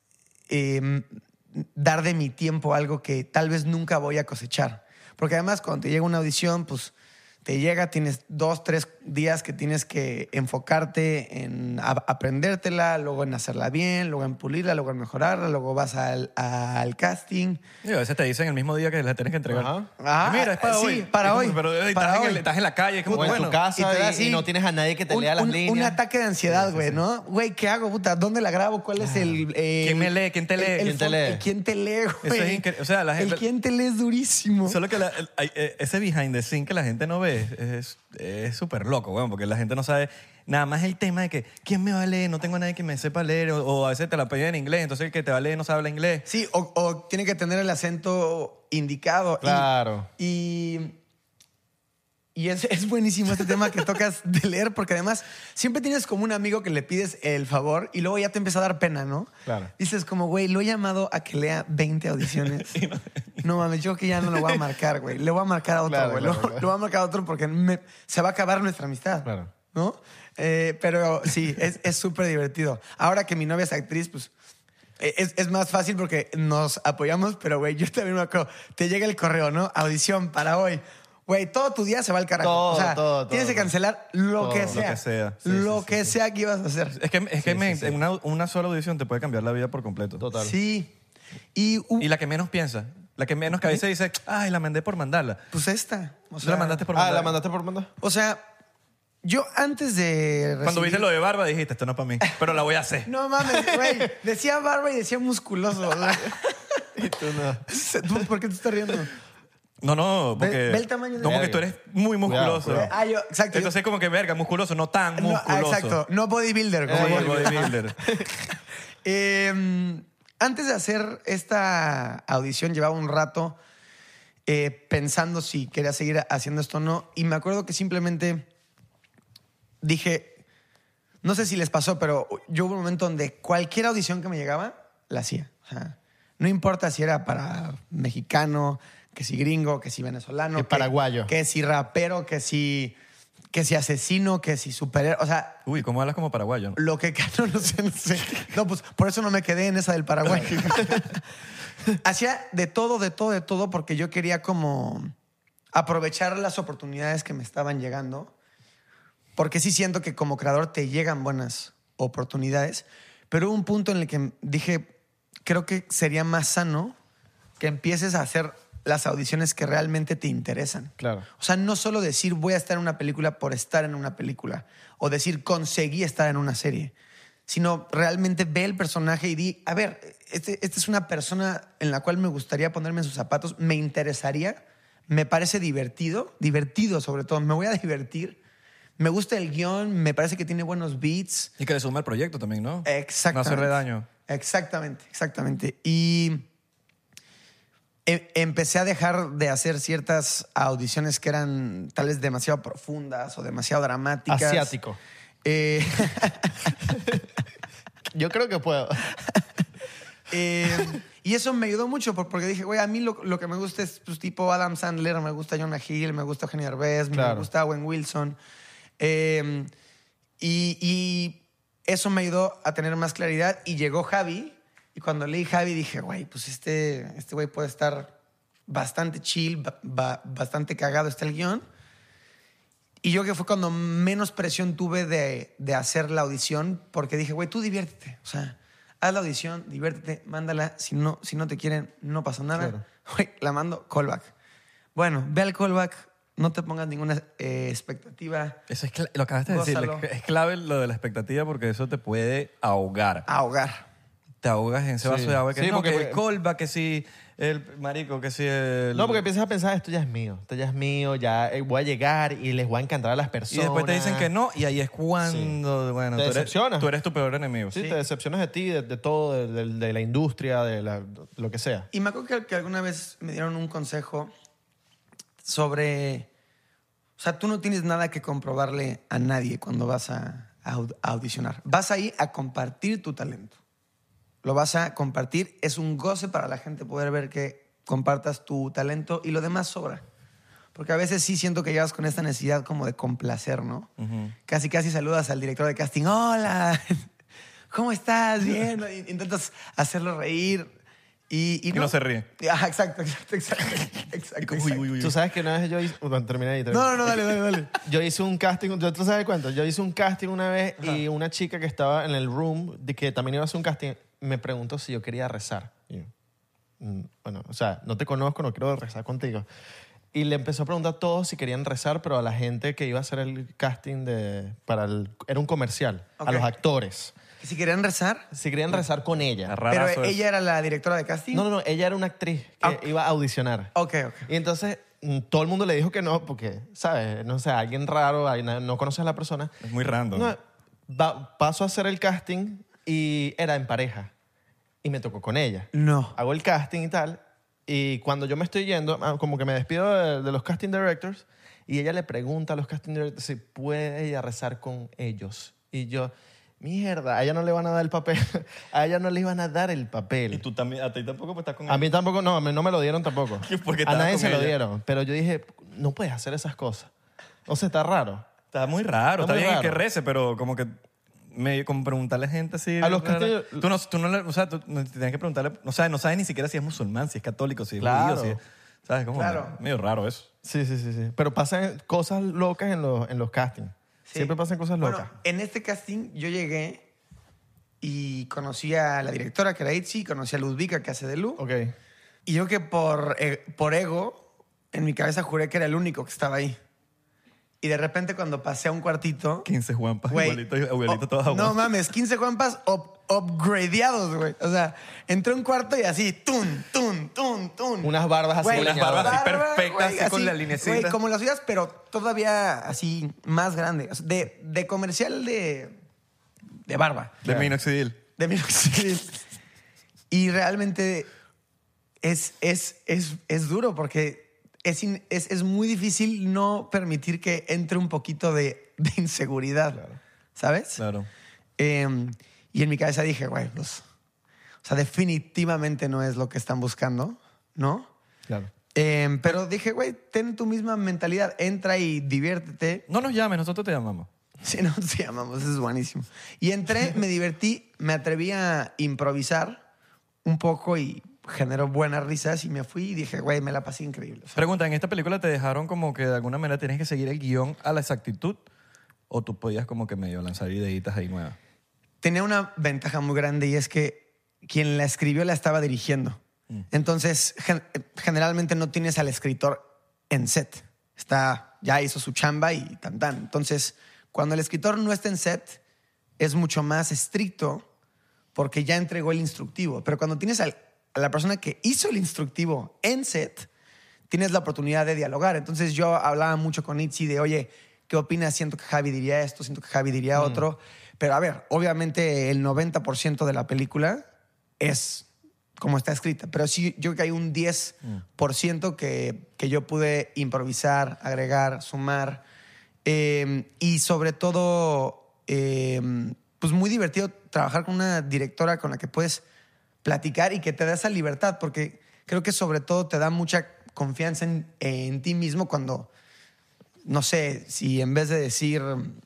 dar de mi tiempo algo que tal vez nunca voy a cosechar. Porque además cuando te llega una audición, pues te llega, tienes 2, 3 días que tienes que enfocarte en aprendértela, luego en hacerla bien, luego en pulirla, luego en mejorarla, luego vas al casting. Y a veces te dicen el mismo día que la tienes que entregar. Ajá. Ah, Mira, es para sí, hoy. para Es como, hoy, Pero para estás, hoy. estás en la calle, es como, O en bueno. tu casa y te da y así no tienes a nadie que te lea las líneas. Un ataque de ansiedad, güey, ¿no? Güey, ¿qué hago, puta? ¿Dónde la grabo? ¿Cuál es el... ¿Quién me lee? ¿Quién te lee? el ¿Quién te fon- lee? el ¿Quién te lee, güey? Eso es increíble. O sea, la gente- El ¿quién te lee es durísimo. Solo que ese behind the scene que la gente no ve es súper loco, weón, porque la gente no sabe nada más el tema de que ¿quién me va a leer? No tengo a nadie que me sepa leer o a veces te la piden en inglés, entonces el que te va a leer no sabe hablar inglés. Sí, o tiene que tener el acento indicado. Claro. Y es buenísimo este tema que tocas de leer, porque además siempre tienes como un amigo que le pides el favor y luego ya te empieza a dar pena, ¿no? Claro. Dices como, güey, lo he llamado a que lea 20 audiciones. No mames, yo que ya no lo voy a marcar, güey. Le voy a marcar a otro, Claro, güey. claro, Lo claro. voy a marcar a otro porque se va a acabar nuestra amistad. Claro. ¿No? Pero sí, es súper divertido. Ahora que mi novia es actriz, pues es más fácil porque nos apoyamos, pero güey, yo también me acuerdo. Te llega el correo, ¿no? Audición para hoy. Güey, todo tu día se va al carajo. Todo, o sea, todo, tienes que todo. cancelar lo Todo, que lo sea. que sea. Sí, Lo que sea que ibas a hacer. Es que en una sola audición te puede cambiar la vida por completo. Total. Sí. Y Y la que menos piensa, la que menos cabeza dice, ay, la mandé por mandarla. pues esta. O Tú sea, la mandaste por Ah, mandarla. ¿la mandaste por mandar? O sea, yo antes de Cuando recibir- viste lo de barba dijiste, esto no es para mí, pero la voy a hacer. No mames, güey. Decía barba y decía musculoso. O sea, Y tú no. ¿Por qué te estás riendo? No, porque... Ve el tamaño de- No, porque tú eres muy musculoso. Cuidado. Ah, yo, exacto. Entonces es como que, verga, musculoso, no tan No, musculoso. exacto. No bodybuilder. Como Sí, bodybuilder. bodybuilder. Antes de hacer esta audición, llevaba un rato pensando si quería seguir haciendo esto o no. Y me acuerdo que simplemente dije, no sé si les pasó, pero yo hubo un momento donde cualquier audición que me llegaba, la hacía. O sea, no importa si era para mexicano, que si gringo, que si venezolano. Que paraguayo. Que si rapero, que si asesino, que si superhéroe. O sea, Uy, ¿cómo hablas como paraguayo? ¿no? lo que no sé. No, pues por eso no me quedé en esa del Paraguay. Hacía de todo, porque yo quería como aprovechar las oportunidades que me estaban llegando. Porque sí siento que como creador te llegan buenas oportunidades. Pero hubo un punto en el que dije, creo que sería más sano que empieces a hacer las audiciones que realmente te interesan. Claro. O sea, no solo decir voy a estar en una película por estar en una película o decir conseguí estar en una serie, sino realmente ve el personaje y di, a ver, esta es una persona en la cual me gustaría ponerme en sus zapatos, me interesaría, me parece divertido sobre todo, me voy a divertir, me gusta el guión, me parece que tiene buenos beats. Y que le suma al proyecto también, ¿no? Exactamente. No hacerle daño. Exactamente. Y empecé a dejar de hacer ciertas audiciones que eran tal vez demasiado profundas o demasiado dramáticas. Asiático. Yo creo que puedo. Y eso me ayudó mucho porque dije, güey, a mí lo que me gusta es pues, tipo Adam Sandler, me gusta Jonah Hill, me gusta Eugenio Derbez, me Claro. gusta Owen Wilson. Y eso me ayudó a tener más claridad. Y llegó Javi. Y cuando leí Javi dije, güey, pues este güey puede estar bastante chill, bastante cagado está el guión. Y yo que fue cuando menos presión tuve de hacer la audición porque dije, güey, tú diviértete. O sea, haz la audición, diviértete, mándala. Si no te quieren, no pasa nada. Claro. Güey, la mando, callback. Bueno, ve al callback, no te pongas ninguna expectativa. Eso es lo acabaste de decir. Gózalo. Es clave lo de la expectativa porque eso te puede ahogar. Ahogar. Te ahogas en ese vaso de agua que Sí, no, porque- que el callback, que si el marico, que si el... No, porque empiezas a pensar, esto ya es mío, ya voy a llegar y les voy a encantar a las Y personas. después te dicen que no y ahí es cuando, bueno, Te tú eres, decepcionas. tú eres tu peor enemigo. Sí, te decepcionas de ti, de todo, de la industria, de lo que sea. Y me acuerdo que alguna vez me dieron un consejo sobre... O sea, tú no tienes nada que comprobarle a nadie cuando vas a audicionar. Vas ahí a compartir tu talento. Lo vas a compartir. Es un goce para la gente poder ver que compartas tu talento y lo demás sobra. Porque a veces sí siento que llevas con esta necesidad como de complacer, ¿no? Casi saludas al director de casting. Hola, ¿cómo estás? Bien. Intentas hacerlo reír. Y no se ríe. Ajá, exacto. Tú sabes que una vez yo hice... Bueno, terminé ahí. No, dale. Yo hice un casting, ¿tú sabes cuánto? Yo hice un casting una vez y una chica que estaba en el room, de que también iba a hacer un casting, me preguntó si yo quería rezar. Y yo, bueno, o sea, no te conozco, no quiero rezar contigo. Y le empezó a preguntar a todos si querían rezar, pero a la gente que iba a hacer el casting era un comercial, Ok. a los actores. Si querían rezar, Si querían rezar con ella. Está pero rarazo eso. ella era la directora de casting. No, ella era una actriz que iba a audicionar. Ok. Y entonces todo el mundo le dijo que no, porque, ¿sabes? No sé, alguien raro, no conoces a la persona. Es muy random. No, paso a hacer el casting y era en pareja. Y me tocó con ella. No. Hago el casting y tal. Y cuando yo me estoy yendo, como que me despido de los casting directors y ella le pregunta a los casting directors si puede ella rezar con ellos. Y yo, mierda, a ella no le van a dar el papel. A ella no le iban a dar el papel. Y tú también, a ti tampoco estás con A mí tampoco, no me lo dieron tampoco. Porque A estabas nadie con se lo ella. dieron. Pero yo dije, no puedes hacer esas cosas. O sea, está raro. Está muy raro. Está Está muy bien que raro. rece, pero como que como preguntarle a gente así. A los rara. castillos- Tú no le, o sea, tú tienes que preguntarle, no sabes ni siquiera si es musulmán, si es católico, si es Claro. judío, si es, ¿sabes? Como Claro. medio raro eso. Sí. Pero pasan cosas locas en los castings. Sí. Siempre pasan cosas locas. Bueno, en este casting yo llegué y conocí a la directora, que era Itzy, conocí a Ludvika, que hace de Lu. Ok. Y yo que por ego, en mi cabeza juré que era el único que estaba ahí. Y de repente cuando pasé a un cuartito... 15 Juanpas, güey, igualito todos no aguados. mames, 15 Juanpas upgradeados, güey. O sea, entré a un cuarto y así, tun. Unas barbas así. Güey, unas barbas así perfectas, güey, así con la linecita. Güey, como las suyas, pero todavía así más grande. O sea, de comercial de barba. De minoxidil. De minoxidil. Y realmente es duro porque es muy difícil no permitir que entre un poquito de inseguridad. ¿Sabes? Claro. Y en mi cabeza dije, güey, pues... O sea, definitivamente no es lo que están buscando, ¿no? Claro. Pero dije, güey, ten tu misma mentalidad. Entra y diviértete. No nos llames, nosotros te llamamos. Si no, se llamamos, eso es buenísimo. Y entré, me divertí, me atreví a improvisar un poco y generó buenas risas y me fui y dije, güey, me la pasé increíble. O sea, Pregunta, ¿en esta película te dejaron como que de alguna manera tienes que seguir el guión a la exactitud? ¿O tú podías como que medio lanzar ideitas ahí nuevas? tenía una ventaja muy grande y es que quien la escribió la estaba dirigiendo. Entonces, generalmente no tienes al escritor en set. Ya hizo su chamba y tan. Entonces, cuando el escritor no está en set, es mucho más estricto porque ya entregó el instructivo. Pero cuando tienes a la persona que hizo el instructivo en set, tienes la oportunidad de dialogar. Entonces, yo hablaba mucho con Itzy de, oye, ¿qué opinas? Siento que Javi diría esto, siento que Javi diría otro. Pero a ver, obviamente el 90% de la película es como está escrita. Pero sí, yo creo que hay un 10% que yo pude improvisar, agregar, sumar. Y sobre todo, pues muy divertido trabajar con una directora con la que puedes platicar y que te da esa libertad, porque creo que sobre todo te da mucha confianza en ti mismo cuando, no sé, si en vez de decir...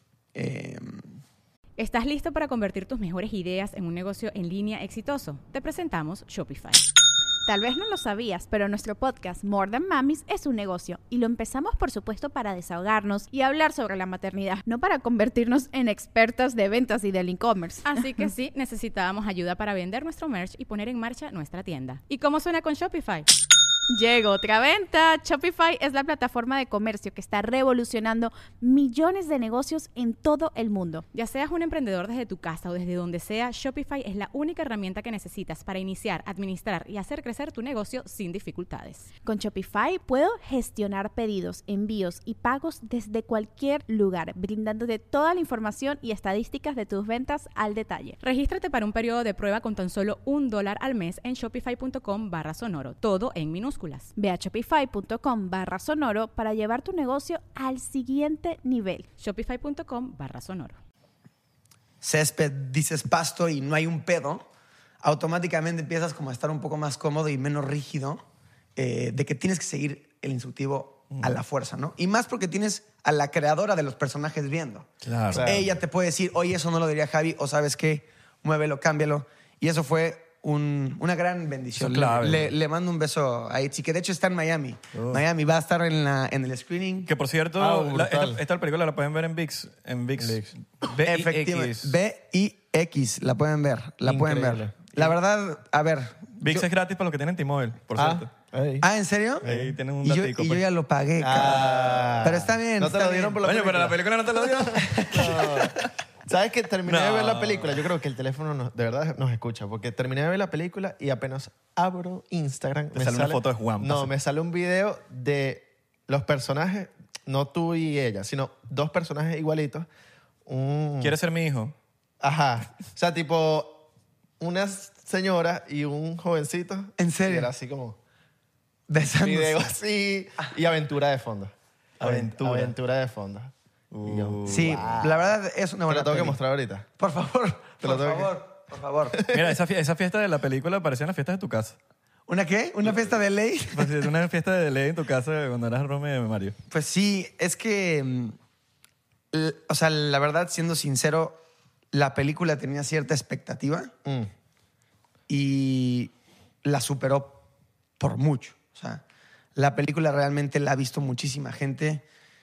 ¿Estás listo para convertir tus mejores ideas en un negocio en línea exitoso? Te presentamos Shopify. Tal vez no lo sabías, pero nuestro podcast More Than Mamis es un negocio y lo empezamos por supuesto para desahogarnos y hablar sobre la maternidad, no para convertirnos en expertas de ventas y del e-commerce. Así que sí, necesitábamos ayuda para vender nuestro merch y poner en marcha nuestra tienda. ¿Y cómo suena con Shopify? Llegó otra venta. Shopify es la plataforma de comercio que está revolucionando millones de negocios en todo el mundo. Ya seas un emprendedor desde tu casa o desde donde sea, Shopify es la única herramienta que necesitas para iniciar, administrar y hacer crecer tu negocio sin dificultades. Con Shopify puedo gestionar pedidos, envíos y pagos desde cualquier lugar, brindándote toda la información y estadísticas de tus ventas al detalle. Regístrate para un periodo de prueba con tan solo $1 al mes en shopify.com/sonoro, todo en minúsculas. Ve a shopify.com/sonoro para llevar tu negocio al siguiente nivel. Shopify.com/sonoro. césped, dices pasto y no hay un pedo, automáticamente empiezas como a estar un poco más cómodo y menos rígido de que tienes que seguir el instructivo a la fuerza, ¿no? Y más porque tienes a la creadora de los personajes viendo. Claro. Ella te puede decir, oye, eso no lo diría Javi, o ¿sabes qué? Muévelo, cámbialo. Y eso fue una gran bendición. Eso es clave. Le mando un beso a Itzy, que de hecho está en Miami. Miami va a estar en el screening. Que por cierto, brutal. esta película la pueden ver en VIX. En VIX. Efectivamente. VIX. VIX, la pueden ver. La pueden ver. Increíble. La verdad, a ver. VIX es gratis para los que tienen T-Mobile, por cierto. ¿En serio? Ahí tienen un Y yo, datico. y yo pues. ya lo pagué, cabrón. Pero está bien. No te está lo dieron bien. por la Coño, pero la película no te lo dio. ¿Sabes que terminé de No. ver la película? Yo creo que el teléfono de verdad nos escucha, porque terminé de ver la película y apenas abro Instagram... Te sale una foto de Juan. No, me sale un video de los personajes, no tú y ella, sino dos personajes igualitos. ¿Quieres ser mi hijo? Ajá. O sea, tipo, una señora y un jovencito. ¿En serio? Y era así como... Besándose. Video así y aventura de fondo. Aventura. Aventura de fondo. Y yo, Sí, la verdad es una te buena lo tengo que peli. mostrar ahorita. Por favor, Te lo por tengo que- favor, por favor. Mira, esa fiesta de la película parecía una fiesta de tu casa. ¿Una qué? ¿Una fiesta de ley? Parecía una fiesta de ley en tu casa cuando eras Rome de Mario. Pues sí, es que, o sea, la verdad, siendo sincero, la película tenía cierta expectativa y la superó por mucho. O sea, la película realmente la ha visto muchísima gente.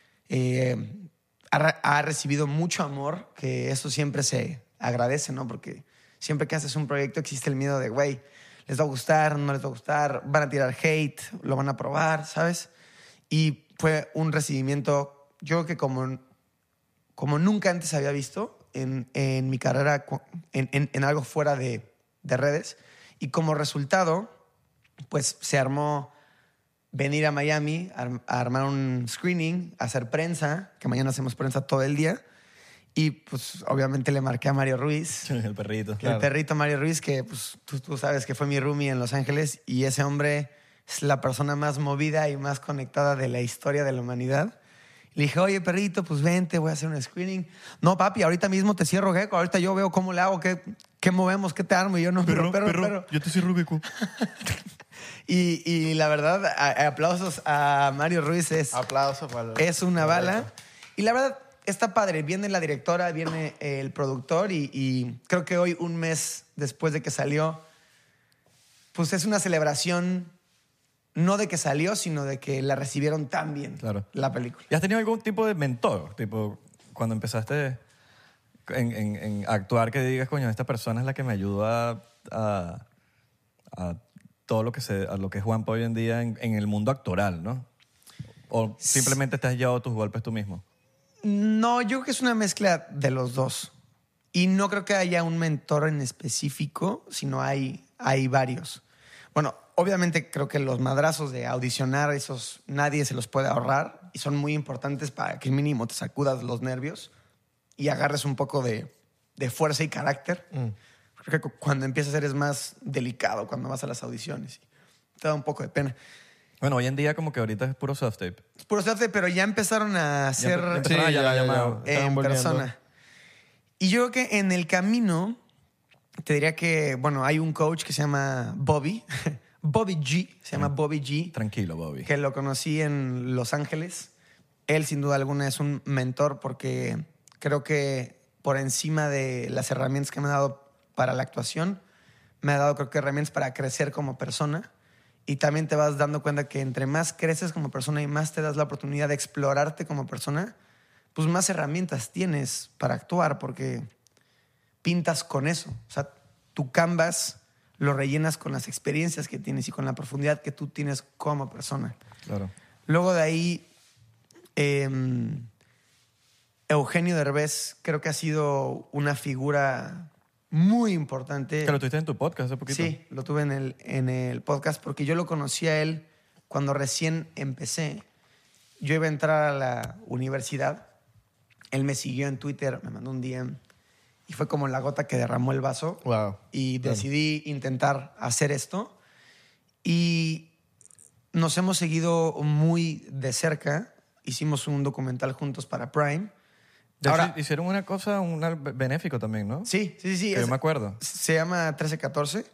Ha recibido mucho amor, que eso siempre se agradece, ¿no? Porque siempre que haces un proyecto existe el miedo de, güey, ¿les va a gustar? ¿No les va a gustar? ¿Van a tirar hate? ¿Lo van a probar? ¿Sabes? Y fue un recibimiento, yo creo que como nunca antes había visto en mi carrera, en algo fuera de redes. Y como resultado, pues se armó venir a Miami a armar un screening, a hacer prensa, que mañana hacemos prensa todo el día. Y pues obviamente le marqué a Mario Ruiz, El perrito. el perrito Mario Ruiz, que pues tú sabes que fue mi roomie en Los Ángeles, y ese hombre es la persona más movida y más conectada de la historia de la humanidad. Le dije, oye, perrito, pues vente, voy a hacer un screening. No, papi, ahorita mismo te cierro, Gecko. Ahorita yo veo cómo le hago, qué movemos, qué te armo. Y yo no, perro. Yo te cierro, Gecko. Y la verdad, aplausos a Mario Ruiz. Aplausos para Es una bala. Y la verdad, está padre. Viene la directora, viene el productor y creo que hoy, un mes después de que salió, pues es una celebración, no de que salió, sino de que la recibieron tan bien, Claro. la película. ¿Y has tenido algún tipo de mentor? Tipo, cuando empezaste en actuar, que digas, coño, esta persona es la que me ayudó a todo lo que a lo que es Juanpa hoy en día en el mundo actoral, ¿no? ¿O simplemente te has llevado tus golpes tú mismo? No, yo creo que es una mezcla de los dos. Y no creo que haya un mentor en específico, sino hay varios. Bueno, obviamente creo que los madrazos de audicionar, esos nadie se los puede ahorrar y son muy importantes para que mínimo te sacudas los nervios y agarres un poco de fuerza y carácter. Creo que cuando empiezas eres más delicado cuando vas a las audiciones. Te da un poco de pena. Bueno, hoy en día como que ahorita es puro soft tape. Es puro suerte, pero ya empezaron a hacer empezaron a llamar. en persona. Y yo creo que en el camino, te diría que, bueno, hay un coach que se llama Bobby. Bobby G. Se llama Bobby G. Tranquilo, Bobby. Que lo conocí en Los Ángeles. Él, sin duda alguna, es un mentor porque creo que por encima de las herramientas que me ha dado para la actuación, me ha dado, creo que, herramientas para crecer como persona. Y también te vas dando cuenta que entre más creces como persona y más te das la oportunidad de explorarte como persona, pues más herramientas tienes para actuar porque pintas con eso. O sea, tu canvas lo rellenas con las experiencias que tienes y con la profundidad que tú tienes como persona. Claro. Luego de ahí, Eugenio Derbez creo que ha sido una figura muy importante. Que lo tuviste en tu podcast hace poquito. Sí, lo tuve en el podcast porque yo lo conocí a él cuando recién empecé. Yo iba a entrar a la universidad. Él me siguió en Twitter, me mandó un DM y fue como la gota que derramó el vaso. Wow. Y decidí intentar hacer esto. Y nos hemos seguido muy de cerca. Hicimos un documental juntos para Prime. De Ahora- hecho, hicieron una cosa, un benéfico también, ¿no? Sí. Que yo me acuerdo. Se llama 1314.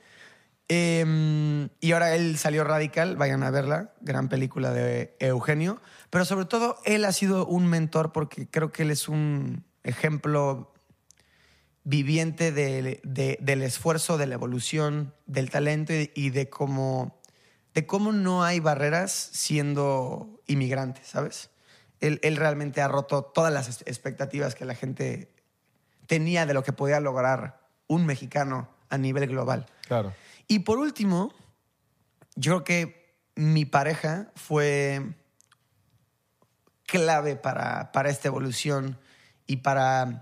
Y ahora él salió Radical, vayan a verla, gran película de Eugenio. Pero sobre todo, él ha sido un mentor porque creo que él es un ejemplo viviente del esfuerzo, de la evolución, del talento y de cómo no hay barreras siendo inmigrante, ¿sabes? Él realmente ha roto todas las expectativas que la gente tenía de lo que podía lograr un mexicano a nivel global. Claro. Y por último, yo creo que mi pareja fue clave para esta evolución y para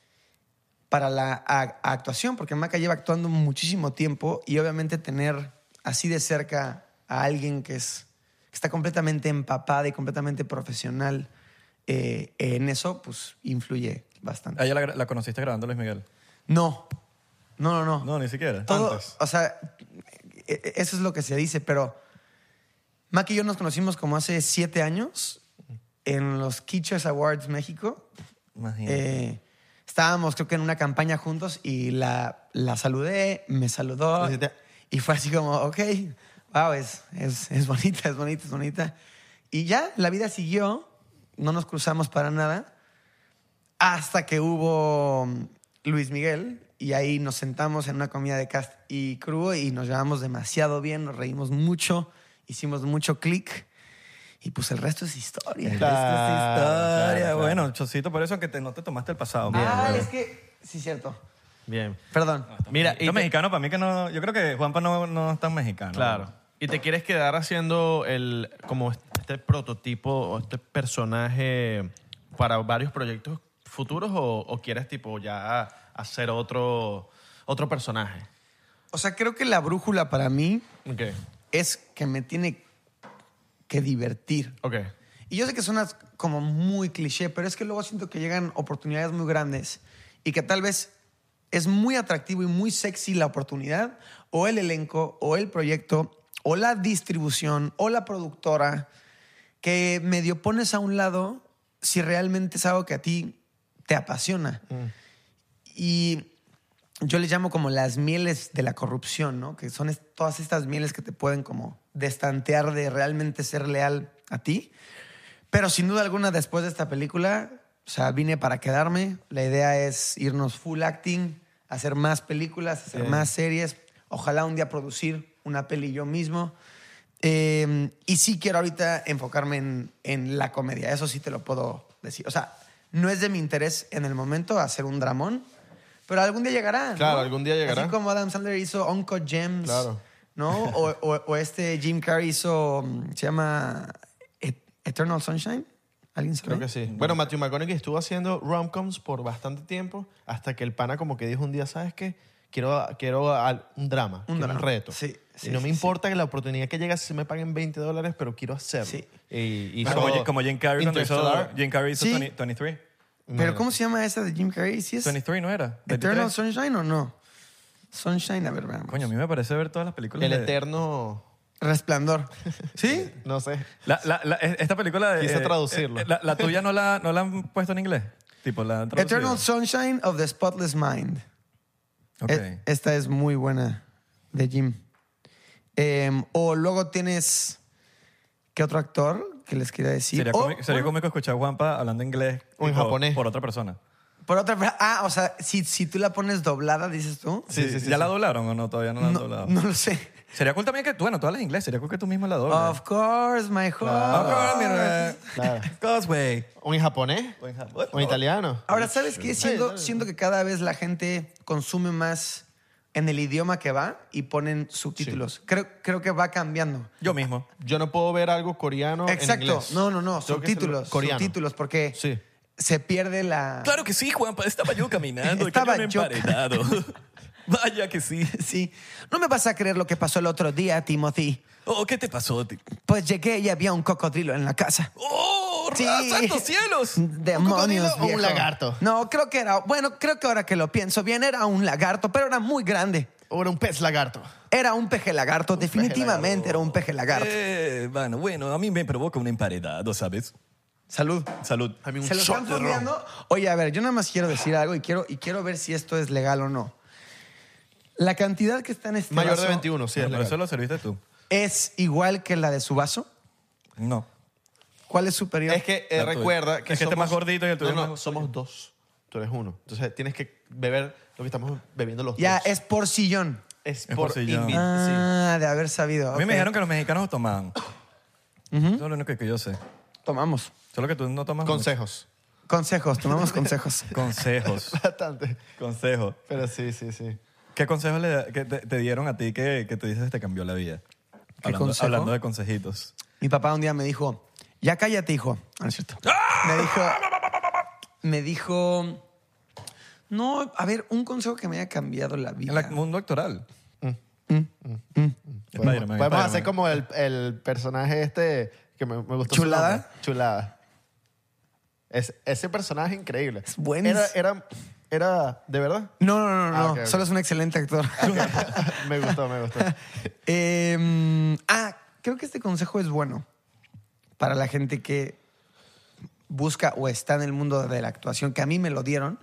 la actuación, porque Maca lleva actuando muchísimo tiempo y obviamente tener así de cerca a alguien que está completamente empapada y completamente profesional en eso, pues influye bastante. ¿A ella la conociste grabando Luis Miguel? No, No, ni siquiera. todo, Antes. o sea, eso es lo que se dice, pero Mac y yo nos conocimos como hace 7 años en los Kitchers Awards México. Imagínate. Estábamos, creo que en una campaña juntos y la saludé, me saludó y fue así como, ok, wow, es bonita, es bonita, es bonita. Y ya, la vida siguió, no nos cruzamos para nada hasta que hubo Luis Miguel y ahí nos sentamos en una comida de cast y crew y nos llevamos demasiado bien, nos reímos mucho, hicimos mucho click. Y pues el resto es historia. Esto es historia. claro. Bueno, Chocito, por eso que no te tomaste el pasado. Es que... Sí, cierto. Bien. Perdón. Mira, Los mexicanos, para mí que no... Yo creo que Juanpa no es tan mexicano. Claro. ¿Y te quieres quedar haciendo como este prototipo o este personaje para varios proyectos futuros o quieres tipo ya hacer otro personaje? O sea, creo que la brújula para mí Ok. es que me tiene que divertir. Ok. Y yo sé que suena como muy cliché, pero es que luego siento que llegan oportunidades muy grandes y que tal vez es muy atractivo y muy sexy la oportunidad o el elenco o el proyecto o la distribución o la productora que medio pones a un lado si realmente es algo que a ti te apasiona. Y yo les llamo como las mieles de la corrupción, ¿no? Que son todas estas mieles que te pueden como destantear de realmente ser leal a ti. Pero sin duda alguna, después de esta película, o sea, vine para quedarme. La idea es irnos full acting, hacer más películas, hacer más series. Ojalá un día producir una peli yo mismo. Y sí quiero ahorita enfocarme en la comedia. Eso sí te lo puedo decir. O sea, no es de mi interés en el momento hacer un dramón, pero algún día llegará, ¿no? Claro, algún día llegará. Así como Adam Sandler hizo Uncut Gems, Claro. ¿no? O Jim Carrey hizo, se llama Eternal Sunshine. ¿Alguien sabe? Creo que sí. Bueno, Matthew McConaughey estuvo haciendo rom-coms por bastante tiempo hasta que el pana como que dijo un día, ¿sabes qué? Quiero un drama, quiero un reto. Sí, y no me importa que la oportunidad que llega si me paguen $20, pero quiero hacerlo. Sí. Y Como Jim Carrey cuando hizo Interstellar. 23. Pero ¿cómo se llama esa de Jim Carrey? ¿Sí es 23 no era. Eternal 23. Sunshine o no? Sunshine, a ver, veamos. Coño, a mí me parece ver todas las películas El de... eterno... Resplandor. ¿Sí? No sé. Esta película de... Quise traducirlo. La tuya no la han puesto en inglés. Tipo, la han traducido. Eternal Sunshine of the Spotless Mind. Ok. Esta es muy buena de Jim. O luego tienes... ¿Qué otro actor que les quería decir? Sería cómico escuchar a Juanpa hablando inglés. O en tipo, japonés. Por otra persona. Por otra... o sea, si tú la pones doblada, dices tú. Sí. ¿Ya la doblaron o no? Todavía no la han doblado. No lo sé. Sería cool también que... Bueno, tú hablas inglés. Sería cool que tú mismo la dobles. Of course, my heart. Claro. Causeway. ¿O en japonés? ¿O en italiano? Ahora, ¿sabes qué? Siento que cada vez la gente consume más en el idioma que va y ponen subtítulos. Creo que va cambiando. Yo mismo. Yo no puedo ver algo coreano en Exacto. inglés. No. Tengo que Subtítulos. hacerlo coreano. Subtítulos, porque Sí. se pierde la... Claro que sí, Juanpa. Estaba yo caminando. Estaba y yo- emparedado. Vaya que sí. Sí. No me vas a creer lo que pasó el otro día, Timothy. Oh, ¿qué te pasó? Pues llegué y había un cocodrilo en la casa. ¡Oh, Sí. santos cielos! Demonios, cocodrilo o un viejo. lagarto? No, creo que era... Bueno, creo que ahora que lo pienso bien, era un lagarto, pero era muy grande. ¿O era un pez lagarto? Era un peje lagarto, definitivamente era un peje lagarto. Bueno, a mí me provoca un emparedado, ¿sabes? Salud. Salud. A mí un ¿Se lo shot están de ron. fondeando? Oye, a ver, yo nada más quiero decir algo y quiero ver si esto es legal o no. La cantidad que está en este Mayor de vaso 21, sí. es Por legal. eso lo serviste tú. es igual que la de su vaso. No. ¿Cuál es superior? Es que La tuya. recuerda que Es que este es más gordito y el tuyo No, es más somos dos. tú eres uno. Entonces tienes que beber lo que estamos bebiendo los Ya, dos. es por sillón. Es por sillón. sí. Ah, de haber sabido. A mí ok. me dijeron que los mexicanos tomaban. Eso es lo único que yo sé. Tomamos. Solo que tú no tomas Consejos. Consejos, tomamos consejos. mucho. Consejos. Bastante. Consejos. Pero sí, sí, sí. ¿Qué consejos te dieron a ti que tú dices te cambió la vida? ¿Qué consejo? Hablando de consejitos. Mi papá un día me dijo, ya cállate, hijo. No, no es cierto. Me dijo, no, a ver, un consejo que me haya cambiado la vida. En el mundo actoral. Spider-Man, Podemos hacer Spider-Man. como el personaje este que me gustó. su ¿Chulada? nombre. Chulada. Ese personaje increíble. Es buenísimo. Era ¿de verdad? No. ok, ok. Solo es un excelente actor. Me gustó, me gustó. Creo que este consejo es bueno para la gente que busca o está en el mundo de la actuación, que a mí me lo dieron.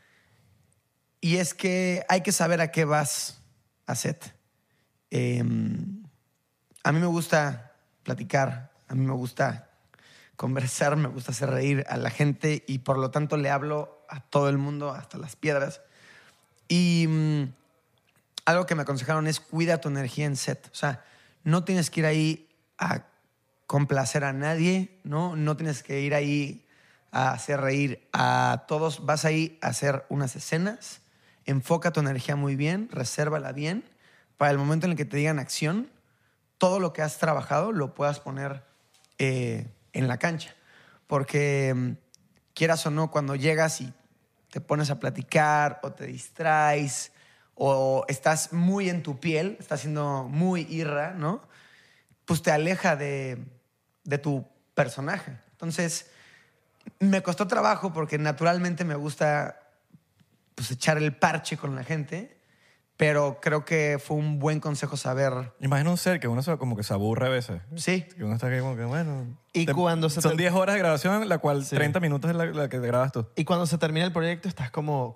Y es que hay que saber a qué vas a set. A mí me gusta platicar, a mí me gusta conversar, me gusta hacer reír a la gente y por lo tanto le hablo a todo el mundo, hasta las piedras. Y algo que me aconsejaron es cuida tu energía en set. O sea, no tienes que ir ahí a complacer a nadie, ¿no? No tienes que ir ahí a hacer reír a todos. Vas ahí a hacer unas escenas, enfoca tu energía muy bien, resérvala bien, para el momento en el que te digan acción, todo lo que has trabajado lo puedas poner en la cancha. Porque quieras o no, cuando llegas y te pones a platicar o te distraes o estás muy en tu piel, estás siendo muy irra, ¿no? Pues te aleja de tu personaje. Entonces, me costó trabajo porque naturalmente me gusta pues, echar el parche con la gente, pero creo que fue un buen consejo saber. Imagina un ser que uno como que se aburre a veces. Sí. Que uno está aquí como que, bueno... Y cuando se Son te- 10 horas de grabación, la cual Sí. 30 minutos es la que grabas tú. Y cuando se termina el proyecto estás como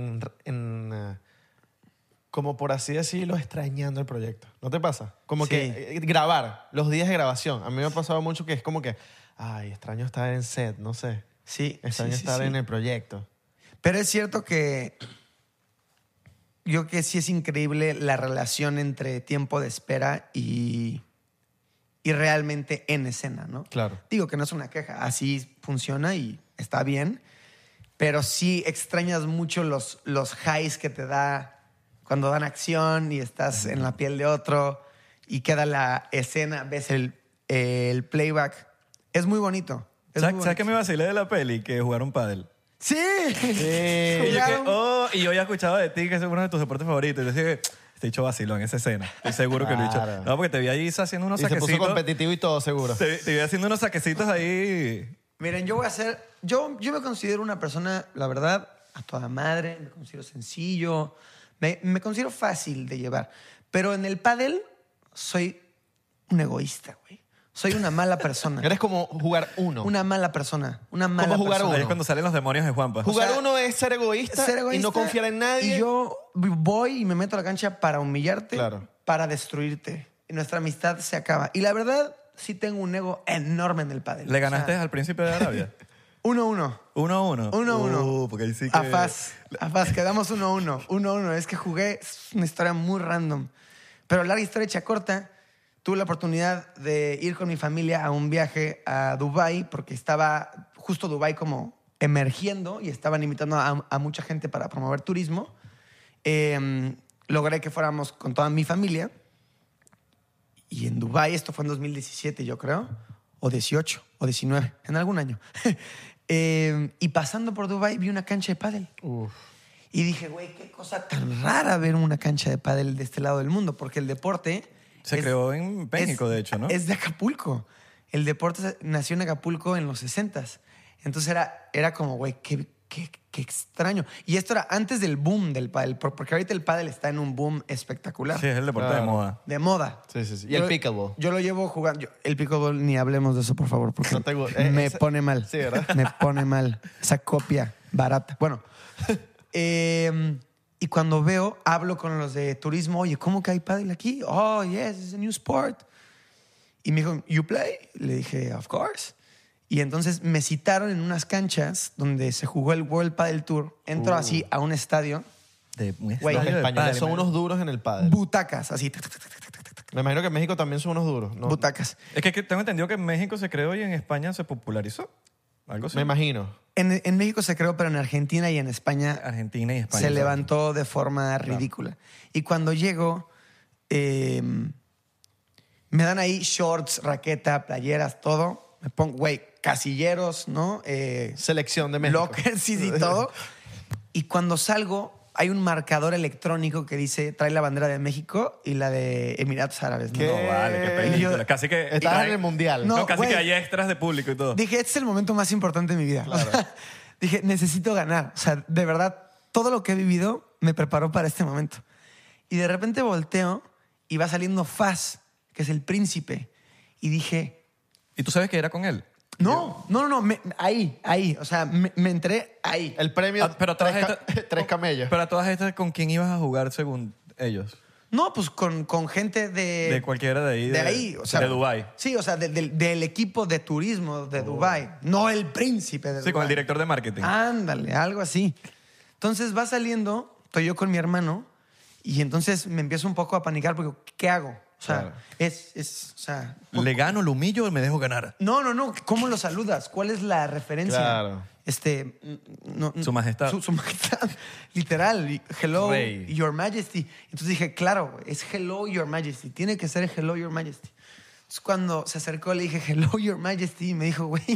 como por así decirlo, extrañando el proyecto. ¿No te pasa? Como Sí. que grabar, los días de grabación. A mí me ha pasado mucho que es como que, ay, extraño estar en set, no sé. Sí. Extraño sí, estar sí. en el proyecto. Pero es cierto que yo creo que sí es increíble la relación entre tiempo de espera y realmente en escena, ¿no? Claro. Digo que no es una queja, así funciona y está bien, pero sí extrañas mucho los highs que te da cuando dan acción y estás en la piel de otro y queda la escena, ves el playback. Es muy bonito. Es muy ¿Sabes qué me bonito. vacilé de la peli? Que jugaron pádel. ¡Sí! Y yo ya escuchaba de ti que es uno de tus deportes favoritos. Y yo decía que te he dicho vacilo en esa escena. Estoy seguro que lo he dicho. Claro. No, porque te vi ahí haciendo unos Y se puso saquecitos. competitivo y todo, seguro. Te vi haciendo unos saquecitos ahí. Miren, yo me considero una persona, la verdad, a toda madre, me considero sencillo, me considero fácil de llevar. Pero en el pádel soy un egoísta, güey. Soy una mala persona. Eres como jugar uno. Una mala persona. Una mala ¿Cómo jugar persona. Ahí uno? es cuando salen los demonios de Juanpa. Jugar O sea, uno es ser egoísta, Ser egoísta y no confiar en nadie. Y yo voy y me meto a la cancha para humillarte, Claro. para destruirte. Y nuestra amistad se acaba. Y la verdad, sí tengo un ego enorme en el pádel. ¿Le ganaste O sea, al príncipe de Arabia? 1-1. 1-1. 1-1. Porque ahí sí que... A Faz, quedamos 1-1. 1-1. Es que jugué, es una historia muy random. Pero larga historia hecha corta, tuve la oportunidad de ir con mi familia a un viaje a Dubái, porque estaba justo Dubái como emergiendo y estaban invitando a mucha gente para promover turismo. Logré que fuéramos con toda mi familia. Y en Dubái, esto fue en 2017, yo creo, o 18, o 19, en algún año. Y pasando por Dubái vi una cancha de pádel. Y dije, güey, qué cosa tan rara ver una cancha de pádel de este lado del mundo, porque el deporte... Se creó en México, de hecho, ¿no? Es de Acapulco. El deporte nació en Acapulco en los 60s. Entonces era como, güey, qué extraño. Y esto era antes del boom del pádel, porque ahorita el pádel está en un boom espectacular. Sí, es el deporte de Claro. moda. De moda. Sí, sí, sí. Y el pickleball. Yo lo llevo jugando. El pickleball, ni hablemos de eso, por favor, porque No te gu- me esa- pone mal. Sí, ¿verdad? Me pone mal. Esa copia barata. Bueno, y cuando veo, hablo con los de turismo. Oye, ¿cómo que hay pádel aquí? Oh, yes, it's a new sport. Y me dijo, ¿you play? Le dije, of course. Y entonces me citaron en unas canchas donde se jugó el World Padel Tour. Entro así a un estadio, De un Güey, Los estadio de españoles pádel, son man. unos duros en el pádel. butacas, así, Me imagino que en México también son unos duros. ¿no? butacas. Es que tengo entendido que en México se creó y en España se popularizó. Algo así. Me imagino. En México se creó, pero en Argentina y en España Argentina y España. se levantó de forma ridícula. Y cuando llego, me dan ahí shorts, raqueta, playeras, todo. Me pongo, güey, casilleros, ¿no? Selección de México. Lockers, sí, todo. Y cuando salgo, hay un marcador electrónico que dice, trae la bandera de México y la de Emiratos Árabes. ¿no? ¿Qué? No, vale, qué película. Casi que... Estás en el mundial. No, casi güey. que hay extras de público y todo. Dije, este es el momento más importante de mi vida. O sea, dije, necesito ganar. O sea, de verdad, todo lo que he vivido me preparó para este momento. Y de repente volteo y va saliendo Faz, que es el príncipe. Y dije, ¿Y tú sabes que era con él? no, ahí. O sea, me entré ahí. El premio, Ah, pero todas tres camellos. Pero a todas estas, ¿con quién ibas a jugar según ellos? No, pues con gente De cualquiera de ahí. de ahí, o sea, de Dubái. Sí, o sea, del equipo de turismo de Dubái, no el príncipe de Sí, con el Dubái. director de marketing. Ándale, algo así. Entonces va saliendo, estoy yo con mi hermano y entonces me empiezo un poco a panicar porque ¿qué hago? O sea, Claro. o sea, ¿Le gano, lo humillo o me dejo ganar? no, ¿cómo lo saludas? ¿Cuál es la referencia? Claro. Su majestad. Su majestad, literal. Hello, Rey. Your Majesty. Entonces dije, claro, es Hello, Your Majesty. Tiene que ser Hello, Your Majesty. Entonces cuando se acercó le dije, Hello, Your Majesty. Y me dijo, güey,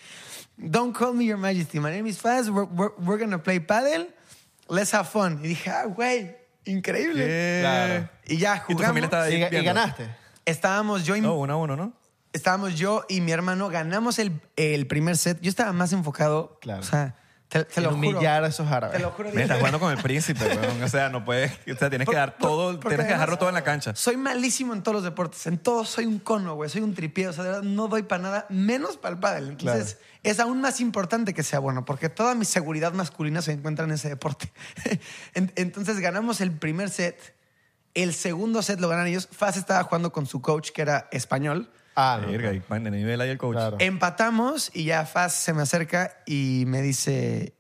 don't call me Your Majesty. My name is Faz. We're gonna play paddle. Let's have fun. Y dije, güey, increíble. ¿Qué? Claro. Y ya ¿Y tu jugamos. familia estaba ahí Y viendo? ganaste. Estábamos yo y No, 1-1, ¿no? estábamos yo y mi hermano, ganamos el primer set. Yo estaba más enfocado. Claro. O sea, te En lo juro. humillar a esos árabes. Te lo juro. Me dije- estás jugando con el príncipe, weón. O sea, no puedes... O sea, tienes que dar todo... porque Tienes que dejarlo además todo en la cancha. Soy malísimo en todos los deportes. En todo soy un cono, güey. Soy un tripié. O sea, de verdad, no doy para nada, menos para el pádel. Entonces, es aún más importante que sea bueno, porque toda mi seguridad masculina se encuentra en ese deporte. Entonces, ganamos el primer set. El segundo set lo ganan ellos. Faz estaba jugando con su coach, que era español. Ah, no. Verga, y de nivel ahí el coach. Claro. Empatamos y ya Faz se me acerca y me dice,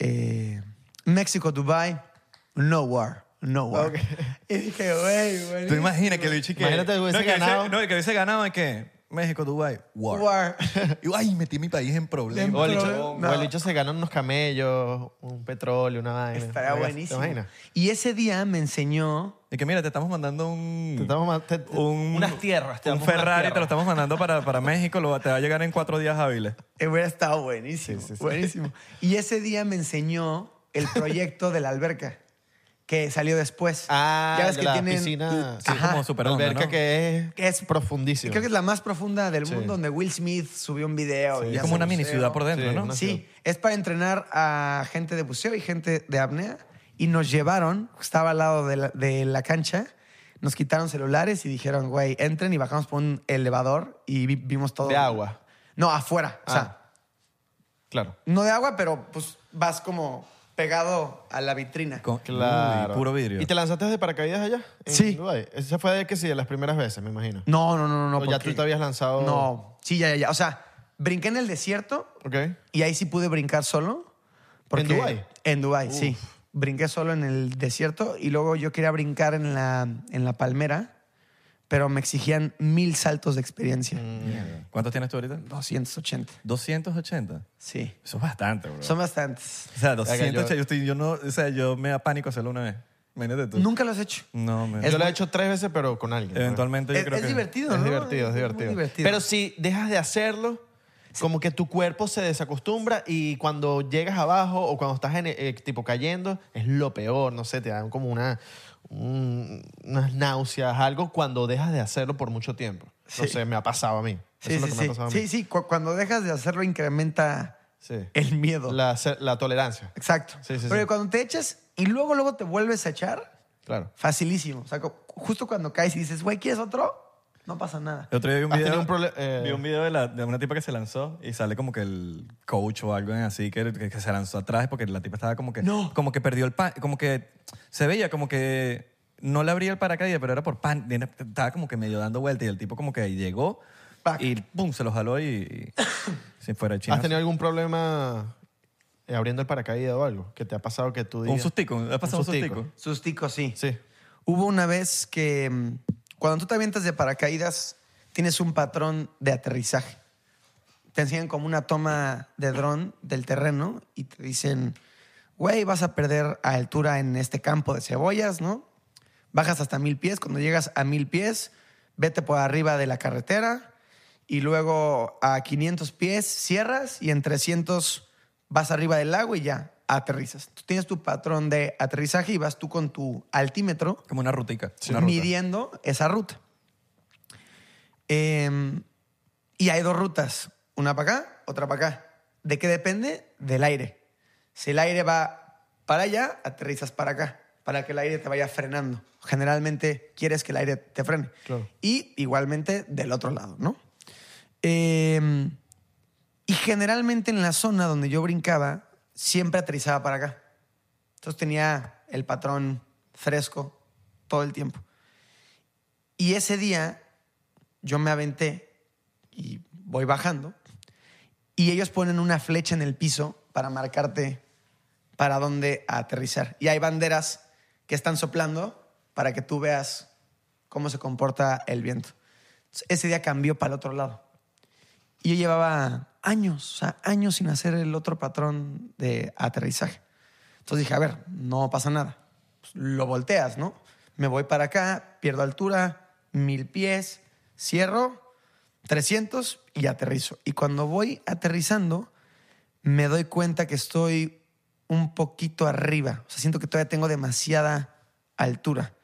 México, Dubai, no war. Ok. Y dije, güey, ¿Tú imaginas que el bicho que... Imagínate que hubiese ganado. No, que hubiese ganado, ¿qué? México, Dubái, war. War. Y, ay, metí mi país en problemas. O el Pero- bicho, no. o el bicho se ganan unos camellos, un petróleo, una vaina. Estaría ¿Te buenísimo. imaginas? Y ese día me enseñó, Y que mira, te estamos mandando un... Te estamos ma- te- unas tierras. te Un damos unas Ferrari te lo tierras. estamos mandando para México. Te va a llegar en 4 días hábiles. hubiera estado buenísimo, Sí, sí, sí. buenísimo. Y ese día me enseñó el proyecto de la alberca, que salió después. Ah, Ya ves de que la tienen- piscina. Sí, Ajá. como super La onda, alberca ¿no? que es Es- profundísima. Creo que es la más profunda del Sí. mundo, donde Will Smith subió un video. Sí. y Es Es hace como una mini buceo. ciudad por dentro, Sí, ¿no? una- Sí, es para entrenar a gente de buceo y gente de apnea. Y nos llevaron, estaba al lado de la cancha, nos quitaron celulares y dijeron, güey, entren y bajamos por un elevador y vimos todo. De agua. No, afuera. O sea, Claro. no de agua, pero pues vas como pegado a la vitrina. Claro. Uy, puro vidrio. ¿Y te lanzaste de paracaídas allá? En Sí. Dubái? Esa fue de que sí, de las primeras veces, me imagino. No. O ya porque- tú te habías lanzado. No, sí, ya. O sea, brinqué en el desierto Ok. y ahí sí pude brincar solo. ¿En Dubái? En Dubái, sí. Brinqué solo en el desierto y luego yo quería brincar en la palmera, pero me exigían 1000 saltos de experiencia. ¿Cuántos tienes tú ahorita? 280. 280. Sí. Eso es bastante, bro. Son bastantes. O sea, 280. yo- Yo me da pánico hacerlo una vez. Imagínate tú. Nunca lo has hecho. No, me... Es Yo lo he muy- hecho 3 veces, pero con alguien. Eventualmente yo creo Es que... divertido, Es ¿no? divertido, es muy divertido. divertido. Pero si dejas de hacerlo, como que tu cuerpo se desacostumbra y cuando llegas abajo o cuando estás tipo cayendo, es lo peor, no sé, te dan como unas náuseas, algo cuando dejas de hacerlo por mucho tiempo. No Sí. sé, me ha pasado a mí. Eso Sí, es lo sí, que me ha sí. pasado a mí. Sí, sí. Cuando dejas de hacerlo incrementa Sí. el miedo. La tolerancia. Exacto. Sí, sí, Porque sí. cuando te echas y luego te vuelves a echar, Claro. facilísimo. O sea, justo cuando caes y dices, güey, ¿quieres otro? No pasa nada. El otro día vi un ¿Has video, tenido un vi un video de una tipa que se lanzó y sale como que el coach o algo así que se lanzó atrás porque la tipa estaba como que, No. como que perdió el pan, como que se veía como que no le abría el paracaídas, pero era por pan, estaba como que medio dando vueltas y el tipo como que llegó y pum, se lo jaló y se fuera el chino. ¿Has tenido algún problema abriendo el paracaídas o algo? ¿Que te ha pasado que tú digas? Un sustico, ¿ha pasado un sustico? Sustico, sí. Sí. Hubo una vez que cuando tú te avientas de paracaídas, tienes un patrón de aterrizaje. Te enseñan como una toma de dron del terreno y te dicen, güey, vas a perder altura en este campo de cebollas, ¿no? Bajas hasta 1000 pies. Cuando llegas a 1000 pies, vete por arriba de la carretera y luego a 500 pies cierras y en 300 vas arriba del lago y ya aterrizas. Tú tienes tu patrón de aterrizaje y vas tú con tu altímetro Como una rutica. midiendo esa ruta. Y hay 2 rutas, una para acá, otra para acá. ¿De qué depende? Del aire. Si el aire va para allá, aterrizas para acá, para que el aire te vaya frenando. Generalmente quieres que el aire te frene. Claro. Y igualmente del otro lado, ¿no? Y generalmente en la zona donde yo brincaba, siempre aterrizaba para acá. Entonces tenía el patrón fresco todo el tiempo. Y ese día yo me aventé y voy bajando y ellos ponen una flecha en el piso para marcarte para dónde aterrizar. Y hay banderas que están soplando para que tú veas cómo se comporta el viento. Entonces, ese día cambió para el otro lado. Y yo llevaba años, o sea, años sin hacer el otro patrón de aterrizaje. Entonces dije, a ver, no pasa nada. Pues lo volteas, ¿no? Me voy para acá, pierdo altura, 1000 pies, cierro, 300 y aterrizo. Y cuando voy aterrizando, me doy cuenta que estoy un poquito arriba. O sea, siento que todavía tengo demasiada altura.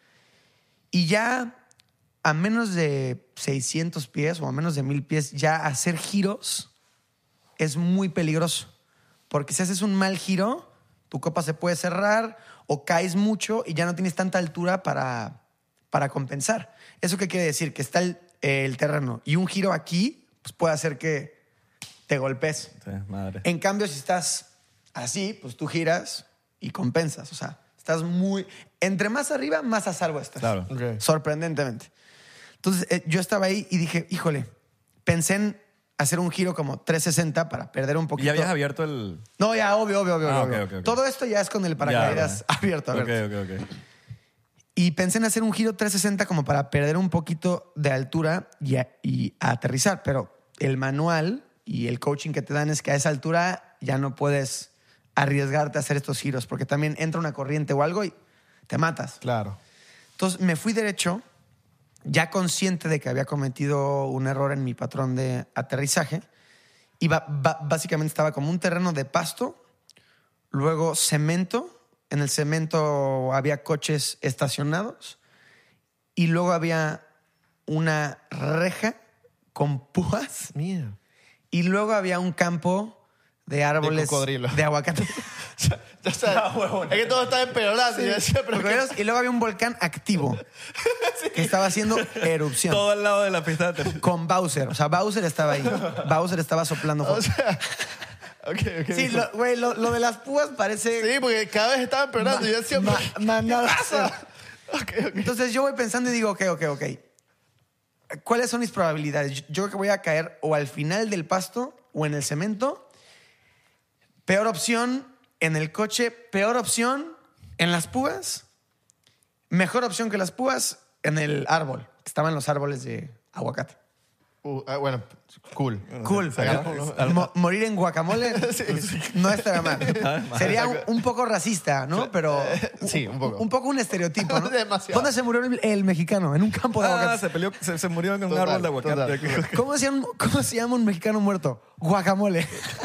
Y ya a menos de 600 pies o a menos de 1000 pies, ya hacer giros es muy peligroso. Porque si haces un mal giro, tu copa se puede cerrar o caes mucho y ya no tienes tanta altura para compensar. ¿Eso qué quiere decir? Que está el terreno y un giro aquí pues puede hacer que te golpes. Sí, madre. En cambio, si estás así, pues tú giras y compensas. O sea, estás muy... Entre más arriba, más a salvo estás. Claro. Ok. Sorprendentemente. Entonces, yo estaba ahí y dije, híjole, pensé en hacer un giro como 360 para perder un ¿Y poquito. ya habías abierto el...? No, ya, obvio. Ah, obvio. ok. Todo esto ya es con el paracaídas abierto. Ok. Y pensé en hacer un giro 360 como para perder un poquito de altura y aterrizar. Pero el manual y el coaching que te dan es que a esa altura ya no puedes arriesgarte a hacer estos giros porque también entra una corriente o algo y te matas. Claro. Entonces me fui derecho, ya consciente de que había cometido un error en mi patrón de aterrizaje. Y básicamente estaba como un terreno de pasto, luego cemento. En el cemento había coches estacionados y luego había una reja con púas Mía. y luego había un campo de árboles cocodrilo. de aguacate. O sea, es que todo está empeorando. Yo decía, pero Y luego había un volcán activo que estaba haciendo erupción. Todo al lado de la pista de aterrizaje. Con Bowser. O sea, Bowser estaba ahí. Bowser estaba soplando fuego. O sea, ok. Sí, lo de las púas parece... Sí, porque cada vez estaba empeorando. Y yo decía, manada. ¿qué pasa? Ok. Entonces yo voy pensando y digo, ok. ¿Cuáles son mis probabilidades? Yo creo que voy a caer o al final del pasto o en el cemento. Peor opción en el coche. Peor opción en las púas. Mejor opción que las púas en el árbol. Estaban los árboles de aguacate. Bueno, cool. Cool. Morir en guacamole no estaría mal. Sería un poco racista, ¿no? Pero Sí, un poco. Un poco un estereotipo, ¿no? Demasiado. ¿Dónde se murió el mexicano? En un campo de aguacate. Se murió en un Total, árbol de aguacate. total. ¿Cómo se llama un mexicano muerto? Guacamole.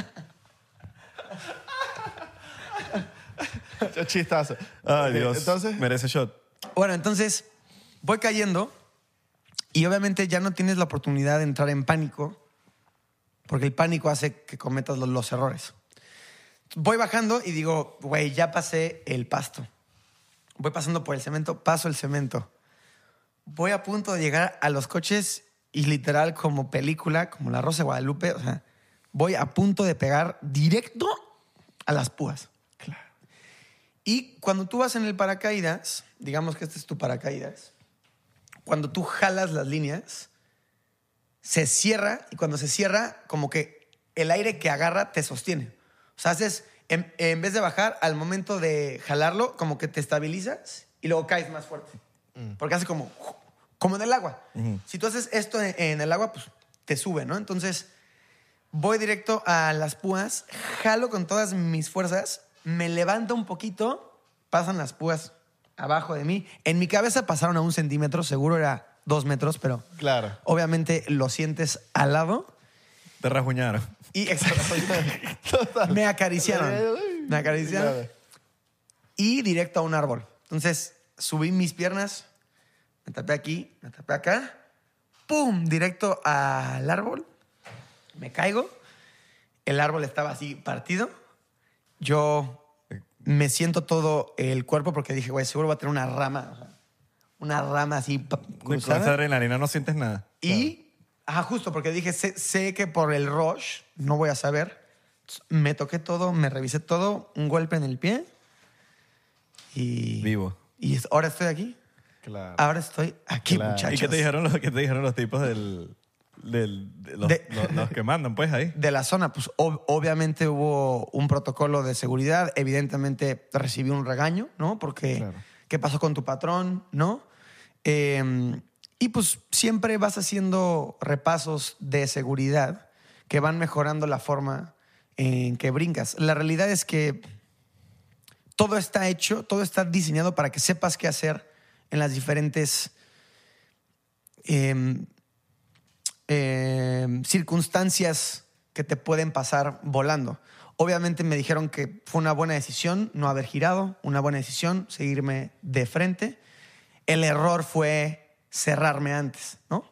Chistazo. Ay, Dios. Entonces, Merece shot. Bueno, entonces voy cayendo y obviamente ya no tienes la oportunidad de entrar en pánico porque el pánico hace que cometas los errores. Voy bajando y digo, güey, ya pasé el pasto. Voy pasando por el cemento, paso el cemento. Voy a punto de llegar a los coches y literal como película, como La Rosa de Guadalupe, o sea, voy a punto de pegar directo a las púas. claro. Y cuando tú vas en el paracaídas, digamos que este es tu paracaídas, cuando tú jalas las líneas, se cierra y cuando se cierra, como que el aire que agarra te sostiene. O sea, haces, en vez de bajar, al momento de jalarlo, como que te estabilizas y luego caes más fuerte. Porque hace como en el agua. Si tú haces esto en el agua, pues te sube, ¿no? Entonces, voy directo a las púas, jalo con todas mis fuerzas, me levanto un poquito, pasan las púas abajo de mí. En mi cabeza pasaron a 1 centímetro, seguro era 2 metros, pero Claro. obviamente lo sientes al lado. Te rasguñaron. Y me acariciaron. Me acariciaron. Claro. Y directo a un árbol. Entonces, subí mis piernas, me tapé aquí, me tapé acá, ¡pum! Directo al árbol. Me caigo. El árbol estaba así partido. Yo me siento todo el cuerpo porque dije, güey, seguro va a tener una rama. O sea, una rama así Con esa cruzada. adrenalina no sientes nada. Y, justo porque dije, sé que por el rush no voy a saber. Me toqué todo, me revisé todo, un golpe en el pie. Y... Vivo. Y ahora estoy aquí. Claro. Ahora estoy aquí, Claro. muchachos. ¿Y qué te dijeron los tipos los que mandan, pues, ahí? De la zona, pues obviamente hubo un protocolo de seguridad. Evidentemente recibí un regaño, ¿no? Porque, Claro. ¿qué pasó con tu patrón, no? Y pues siempre vas haciendo repasos de seguridad que van mejorando la forma en que brincas. La realidad es que todo está hecho, todo está diseñado para que sepas qué hacer en las diferentes circunstancias que te pueden pasar volando. Obviamente me dijeron que fue una buena decisión no haber girado, una buena decisión seguirme de frente. El error fue cerrarme antes, ¿no?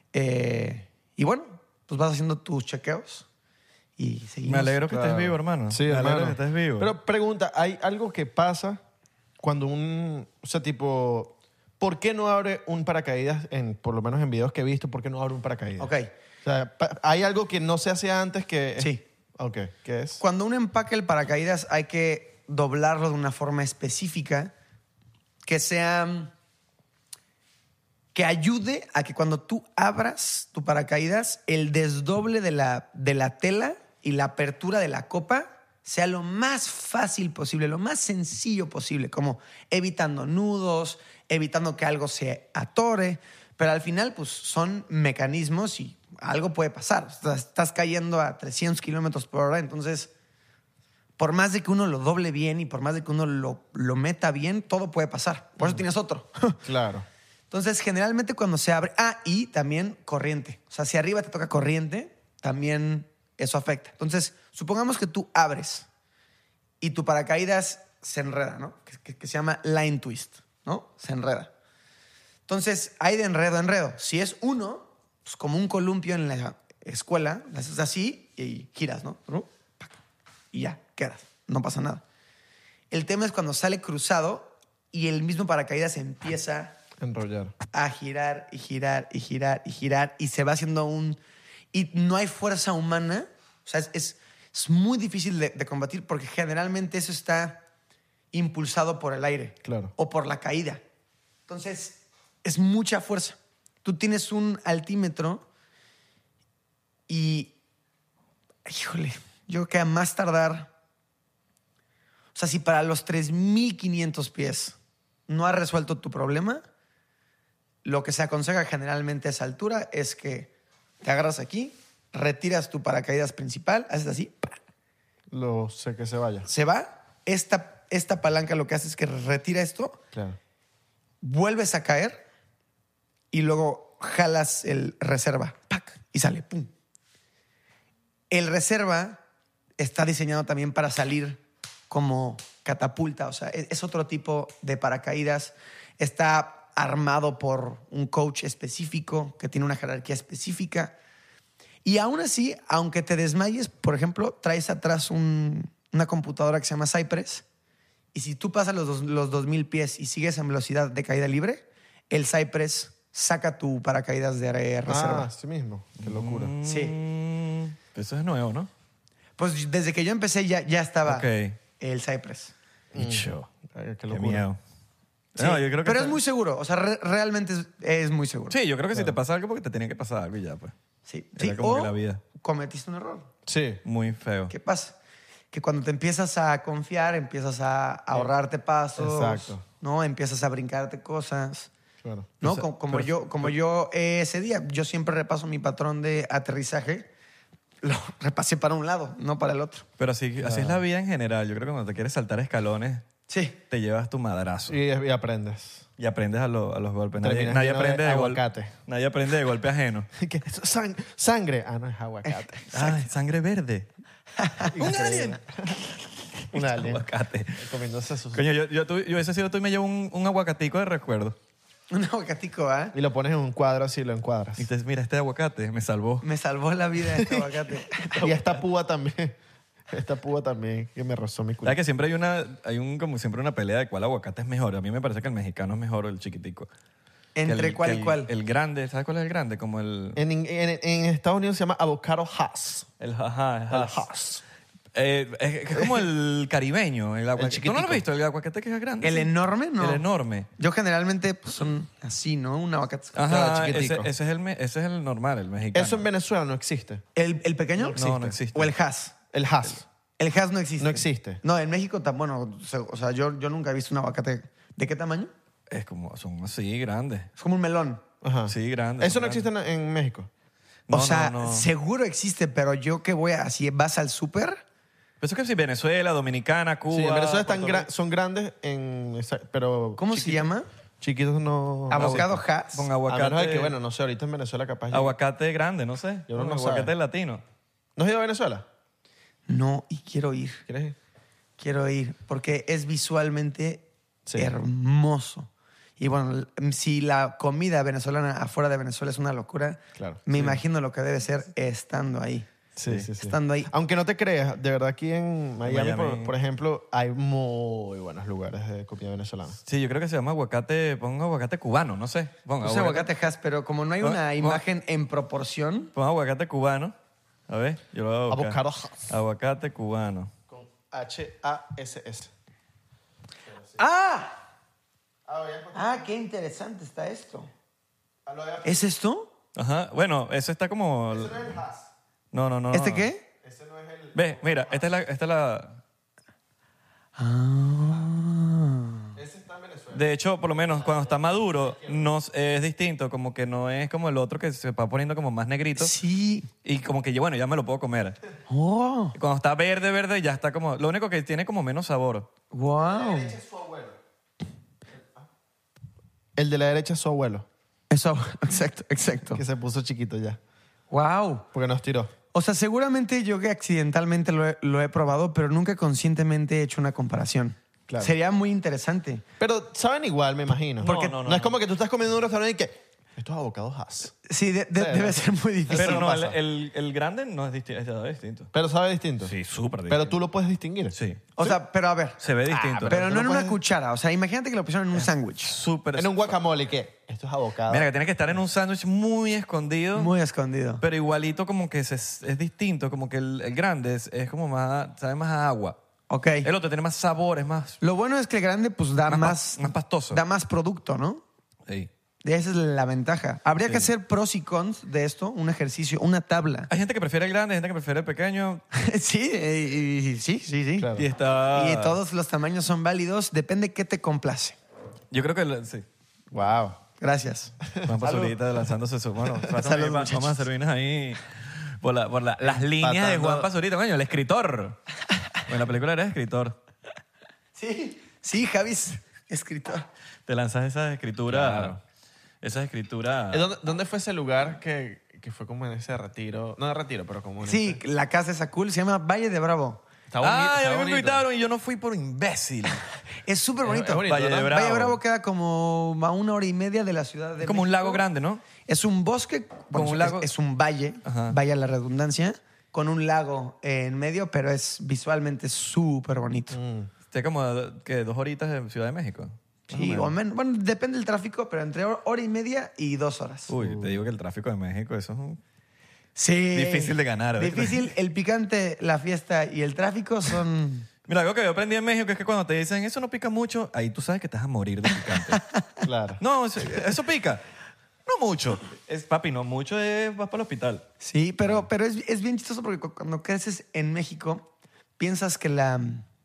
Y bueno, pues vas haciendo tus chequeos y seguimos. Me alegro que Claro. estés vivo, hermano. Sí, Me alegro hermano. que estés vivo. Pero pregunta, ¿hay algo que pasa cuando o sea, tipo, ¿por qué no abre un paracaídas, por lo menos en videos que he visto, por qué no abre un paracaídas? Ok. O sea, ¿hay algo que no se hace antes que...? Sí. Ok, ¿qué es? Cuando uno empaca el paracaídas hay que doblarlo de una forma específica que sea... que ayude a que cuando tú abras tu paracaídas, el desdoble de la tela y la apertura de la copa sea lo más fácil posible, lo más sencillo posible, como evitando nudos, evitando que algo se atore, pero al final pues son mecanismos y algo puede pasar. Estás cayendo a 300 kilómetros por hora, entonces por más de que uno lo doble bien y por más de que uno lo meta bien, todo puede pasar. Por eso tienes otro. Claro. Entonces, generalmente cuando se abre... y también corriente. O sea, si arriba te toca corriente, también eso afecta. Entonces, supongamos que tú abres y tu paracaídas se enreda, ¿no? Que se llama line twist, ¿no? Se enreda. Entonces, hay de enredo a enredo. Si es uno, pues como un columpio en la escuela, lo haces así y giras, ¿no? Y ya, quedas. No pasa nada. El tema es cuando sale cruzado y el mismo paracaídas empieza... Enrollar. a girar y girar y girar y girar y se va haciendo y no hay fuerza humana. O sea, es muy difícil de combatir porque generalmente eso está impulsado por el aire. Claro. O por la caída. Entonces, es mucha fuerza. Tú tienes un altímetro y, híjole, yo creo que a más tardar, o sea, si para los 3,500 pies no has resuelto tu problema, lo que se aconseja generalmente a esa altura es que te agarras aquí, retiras tu paracaídas principal, haces así, Lo sé que se vaya. se va. Esta palanca lo que hace es que retira esto, Claro. vuelves a caer y luego jalas el reserva, ¡pac! Y sale, ¡pum! El reserva está diseñado también para salir como catapulta, o sea, es otro tipo de paracaídas. Está armado por un coach específico que tiene una jerarquía específica. Y aún así, aunque te desmayes, por ejemplo, traes atrás una computadora que se llama Cypress. Y si tú pasas los 2,000 pies y sigues en velocidad de caída libre, el Cypress saca tu paracaídas de reserva. Sí mismo. Qué locura. Sí. Eso es nuevo, ¿no? Pues desde que yo empecé ya estaba Ok. el Cypress. Bicho. Ay, qué Qué locura. miedo. Sí, No, yo creo que pero es muy seguro. O sea, realmente es muy seguro. Sí, yo creo que si te pasa algo, porque te tiene que pasar algo y ya, pues. Sí. Era Sí, como que o la vida. cometiste un error. Sí. Muy feo. ¿Qué pasa? Que cuando te empiezas a confiar, empiezas a ahorrarte pasos, Exacto. ¿no? Empiezas a brincarte cosas. Claro. ¿No? O sea, Como yo ese día, yo siempre repaso mi patrón de aterrizaje, lo repasé para un lado, no para el otro. Pero así es la vida en general. Yo creo que cuando te quieres saltar escalones, Sí. te llevas tu madrazo. Y aprendes. Y aprendes a los golpes. Nadie Terminas lleno aprende de de aguacate. Nadie aprende de golpe ajeno. ¿Qué? Sangre. Ah, no, es aguacate. Ay, sangre verde. ¡Un alien! Un alien. Aguacate. Comiéndose sus... Coño, yo hubiese sido tú y me llevo un aguacatico de recuerdo. Un aguacatico, ¿ah? Y lo pones en un cuadro así, lo encuadras. Y te mira, este aguacate me salvó. Me salvó la vida este aguacate. Y esta púa también. Esta púa también que me rozó mi culo. ¿Sabes que siempre como siempre una pelea de cuál aguacate es mejor? A mí me parece que el mexicano es mejor el chiquitico. ¿Entre cuál y cuál? El grande, ¿sabes cuál es el grande? Como el... En Estados Unidos se llama avocado Hass. El El Hass. Hass. Es como el caribeño, el aguacate. ¿Tú no lo has visto? El aguacate que es grande. ¿El sí. enorme? No. El enorme. Yo generalmente pues, son así, ¿no? Un aguacate. Ajá, chiquitico. ese es el normal, el mexicano. Eso en Venezuela no existe. ¿El pequeño? No existe. ¿O el Hass? El Hass. El Hass no existe. No existe. No, en México, bueno, o sea, yo nunca he visto un aguacate. ¿De qué tamaño? Es como, son así grandes. Es como un melón. Ajá. Sí, grandes. Eso son no grandes. existe en México. O sea, no. seguro existe, pero yo que voy a, si vas al súper, Eso que sí, Venezuela, Dominicana, Cuba. Sí, en Venezuela Puerto Rico. son grandes, pero ¿cómo se llama? chiquitos no... Avocado no. Hass. Con A aguacate. menos de que, bueno, no sé, ahorita en Venezuela capaz... Aguacate grande, no sé. Yo no aguacate sabe. latino. ¿No has ido a Venezuela? No, y quiero ir. ¿Quieres ir? Quiero ir, porque es visualmente Sí. hermoso. Y bueno, si la comida venezolana afuera de Venezuela es una locura, Claro. me Sí. imagino lo que debe ser estando ahí. Sí. Estando ahí. Aunque no te creas, de verdad aquí en Miami, Miami. por ejemplo, hay muy buenos lugares de comida venezolana. Sí, yo creo que se llama aguacate, pongo aguacate cubano, no sé. Ponga Puse aguacate Hass, pero como no hay una Pon- imagen en proporción, Pon aguacate cubano. A ver, yo lo voy a buscar. Avocado Hass. Aguacate cubano. Con H-A-S-S. ¡ah! Ah, Qué interesante está esto. ya. ¿Es esto? Ajá. Bueno, ese está como... Ese no es el Hass. No. ¿Este no. qué? Ese no es el... Ve, mira, esta es la... Ese está en Venezuela. De hecho, por lo menos cuando está maduro, no es distinto. Como que no es como el otro que se va poniendo como más negrito. Sí. Y como que, bueno, ya me lo puedo comer. Oh, Cuando está verde, ya está como... Lo único que tiene como menos sabor. wow. El de la derecha es su abuelo, Eso, exacto. que se puso chiquito ya, Wow. porque nos tiró. O sea, seguramente yo que accidentalmente lo he probado, pero nunca conscientemente he hecho una comparación. Claro. Sería muy interesante. Pero saben igual, me imagino. Porque- no es como que tú estás comiendo en un restaurante y que esto es avocado Hass. Sí, debe ser muy difícil. Pero no no, pasa. el grande no es distinto. Es distinto. Pero sabe distinto. Sí, súper distinto. Pero tú lo puedes distinguir. Sí. O sea, pero a ver. Se ve distinto. Pero tú no no en una puedes- cuchara. O sea, imagínate que lo pusieron en un sándwich. Súper. En un guacamole, ¿qué? Esto es avocado. Mira, que tiene que estar en un sándwich muy escondido. Muy escondido. Pero igualito como que es distinto. Como que el grande es como más... Sabe más a agua. Ok. El otro tiene más sabor, es más... Lo bueno es que el grande pues da Más pastoso. Da más producto, ¿no? Sí. Esa es la ventaja. Habría que hacer pros y cons de esto, un ejercicio, una tabla. Hay gente que prefiere el grande, hay gente que prefiere el pequeño. Sí, sí. Claro. Y está... Y todos los tamaños son válidos. Depende qué te complace. Yo creo que... Sí. Wow. Gracias. Juan Pazurita lanzándose su... Bueno, Salud, vamos muchachos. a servirnos ahí por las líneas de Empatando. Juan Pazurita. Coño, el escritor. En la película eres escritor. Sí, Javis, escritor. Te lanzas esa escritura... Claro. Esa escritura... ¿Dónde fue ese lugar que fue como en ese retiro? No de retiro, pero como en Sí, ese... la casa esa cool se llama Valle de Bravo. Está bonito. Ah, está a mí me bonito. invitaron y yo no fui por imbécil. Es súper bonito. Es bonito, Valle de ¿verdad? Bravo. Valle de Bravo queda como a 1 hora y media de la ciudad de Es como un México. lago grande, ¿no? Es un bosque, bueno, un lago. es un valle, Ajá. vaya la redundancia, con un lago en medio, pero es visualmente súper bonito. Está como, ¿qué? 2 horitas de Ciudad de México. Sí, o menos. Bueno, depende del tráfico, pero entre hora y media y 2 horas. Uy, te digo que el tráfico de México, eso es un... Sí. Difícil de ganar, ¿verdad? Difícil, el picante, la fiesta y el tráfico son... Mira, algo que yo aprendí en México es que cuando te dicen eso no pica mucho, ahí tú sabes que te vas a morir de picante. Claro. No, eso pica. No mucho. Papi, no mucho, vas para el hospital. Sí, pero es bien chistoso porque cuando creces en México, piensas que la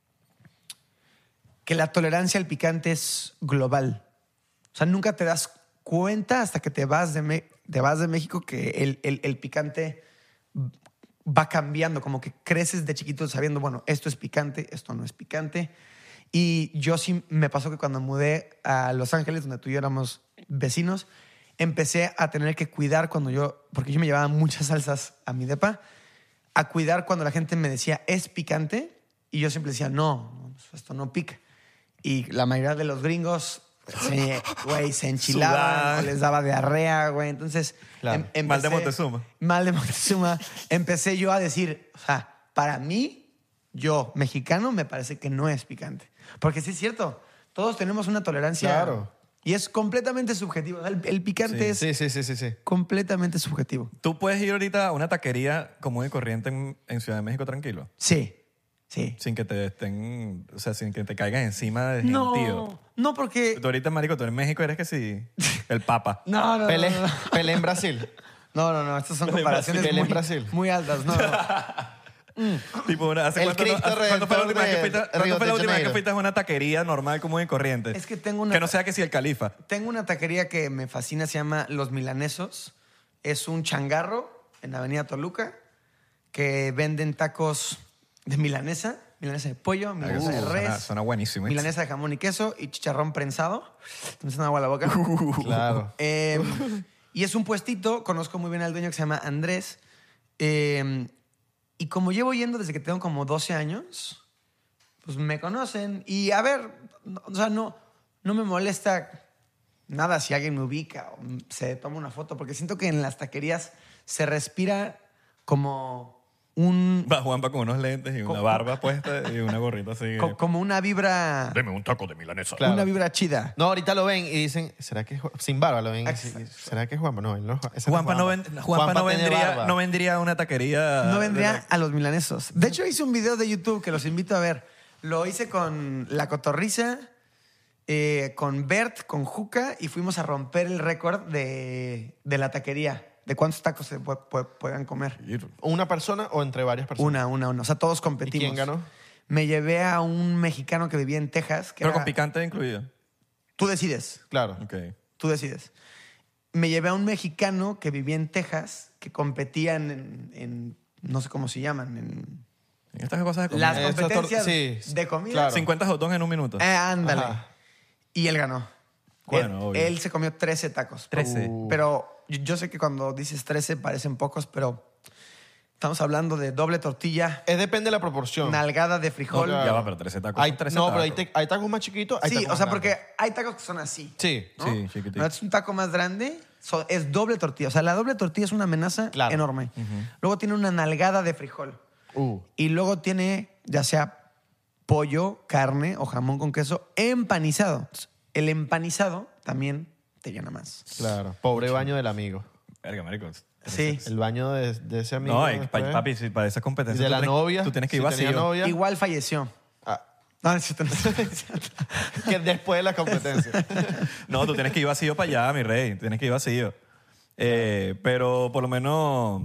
tolerancia al picante es global. O sea, nunca te das cuenta hasta que te vas de México que el picante va cambiando, como que creces de chiquito sabiendo, bueno, esto es picante, esto no es picante. Y yo sí me pasó que cuando mudé a Los Ángeles, donde tú y yo éramos vecinos, empecé a tener que cuidar porque yo me llevaba muchas salsas a mi depa, a cuidar cuando la gente me decía, ¿es picante? Y yo siempre decía, no, esto no pica. Y la mayoría de los gringos se enchilaban, Sudaban. o les daba diarrea, güey. Entonces, Claro. Mal de Montezuma. Mal de Montezuma. Empecé yo a decir, o sea, para mí, yo, mexicano, me parece que no es picante. Porque sí es cierto, todos tenemos una tolerancia. Claro. Y es completamente subjetivo. O sea, el picante es Sí. completamente subjetivo. ¿Tú puedes ir ahorita a una taquería común y corriente en Ciudad de México tranquilo? Sí. Sin que te estén, o sea, sin que te caigan encima de gentío. No, porque... Tú ahorita, marico, tú en México eres que sí, el papa. No. Pelé en Brasil. No. Estas son Pelé en comparaciones Brasil. Pelé en muy, Brasil. muy altas. No. Tipo, ¿hace El cuánto, Cristo ¿cuándo fue la última vez que Redentor fuiste, de ¿cuándo Río fue de la última vez que Janeiro? fuiste a una taquería normal, común y corriente? Es que tengo una... Que no sea que si el califa. Tengo una taquería que me fascina, se llama Los Milanesos. Es un changarro en Avenida Toluca que venden tacos de milanesa de pollo, milanesa de res, Suena buenísimo. milanesa de jamón y queso y chicharrón prensado. Me hace agua a la boca. Claro. Y es un puestito, conozco muy bien al dueño que se llama Andrés. Y como llevo yendo desde que tengo como 12 años, pues me conocen. Y a ver, o sea, no me molesta nada si alguien me ubica o se toma una foto, porque siento que en las taquerías se respira como Va Juanpa con unos lentes y una barba puesta y una gorrita así. como una vibra, Deme un taco de milanesa. Claro. una vibra chida. No, ahorita lo ven y dicen, ¿será que es sin barba lo ven? Exacto. ¿Será que es Juanpa? No, él no. ese Juanpa, no, es Juanpa no, tiene barba. vendría a una taquería. No vendría a los milanesos. De hecho, hice un video de YouTube que los invito a ver. Lo hice con La Cotorrisa, con Bert, con Juca, y fuimos a romper el récord de la taquería. De cuántos tacos se puedan comer. ¿Una persona o entre varias personas? Una. O sea, todos ¿Y competimos. quién ganó? Me llevé a un mexicano que vivía en Texas. Que Pero era- con picante incluido. Tú decides. Claro. Ok. Tú decides. Me llevé a un mexicano que vivía en Texas, que competía en no sé cómo se llaman, en Estas cosas de comida. las Esas competencias sí, de comida. claro. 50 hot dogs en un minuto. Ándale. Ajá. Y él ganó. Bueno, obvio. él se comió 13 tacos. 13. Pero yo sé que cuando dices 13 parecen pocos, pero estamos hablando de doble tortilla, Depende de la proporción. nalgada de frijol. No, claro. Ya va, pero 13 tacos. Hay, son 13 no, pero tacos. hay tacos más chiquitos. Hay Sí, tacos o sea, más porque grandes. hay tacos que son así. Sí. ¿no? Sí, chiquitito. Pero es un taco más grande, es doble tortilla. O sea, la doble tortilla es una amenaza Claro. enorme. Luego tiene una nalgada de frijol. Y luego tiene, ya sea pollo, carne o jamón con queso empanizado. El empanizado también te llena más. Claro. Pobre baño del amigo. Verga, marico. Sí. El baño de ese amigo. No, después. papi, si para esas Y competencias de la tú tienes- novia. tú tienes que si ir tenía vacío. novia, Igual falleció. ah, No, es cierto, no. que después de la competencia. No, tú tienes que ir vacío para allá, mi rey. Tienes que ir vacío. Pero por lo menos,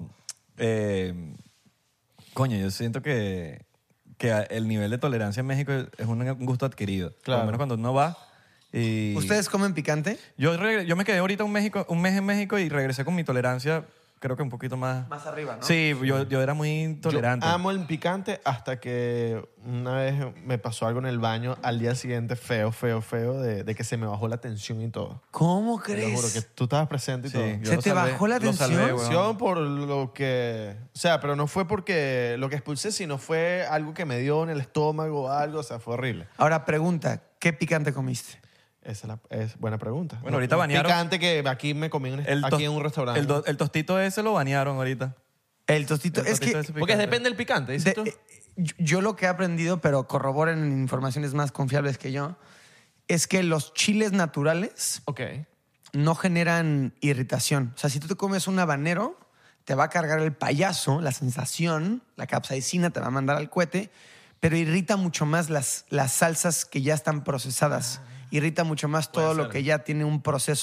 coño, yo siento que el nivel de tolerancia en México es un gusto adquirido. Por Claro. lo menos cuando uno va y... ¿Ustedes comen picante? Yo me quedé ahorita un mes en México y regresé con mi tolerancia, creo que un poquito más... Más arriba, ¿no? Sí, yo era muy intolerante. Yo amo el picante hasta que una vez me pasó algo en el baño al día siguiente feo, de que se me bajó la tensión y todo. ¿Cómo Te lo crees? juro que tú estabas presente y Sí, todo. yo ¿Se lo te salvé, bajó la lo salvé, tensión? weón. Yo por lo que... O sea, pero no fue porque lo que expulsé, sino fue algo que me dio en el estómago o algo. O sea, fue horrible. Ahora pregunta, ¿qué picante comiste? Esa es buena pregunta. Bueno, ahorita Un banearon- Picante que aquí me comí aquí en un restaurante. El tostito ese lo banearon ahorita. El tostito. El Es tostito que ese Porque picante. depende del picante, dices tú. yo lo que he aprendido, pero corroboren informaciones más confiables que yo, es que los chiles naturales Ok. no generan irritación. O sea, si tú te comes un habanero, te va a cargar el payaso, la sensación, la capsaicina te va a mandar al cohete, pero irrita mucho más las salsas que ya están procesadas. Irrita mucho más todo lo que ya tiene un proceso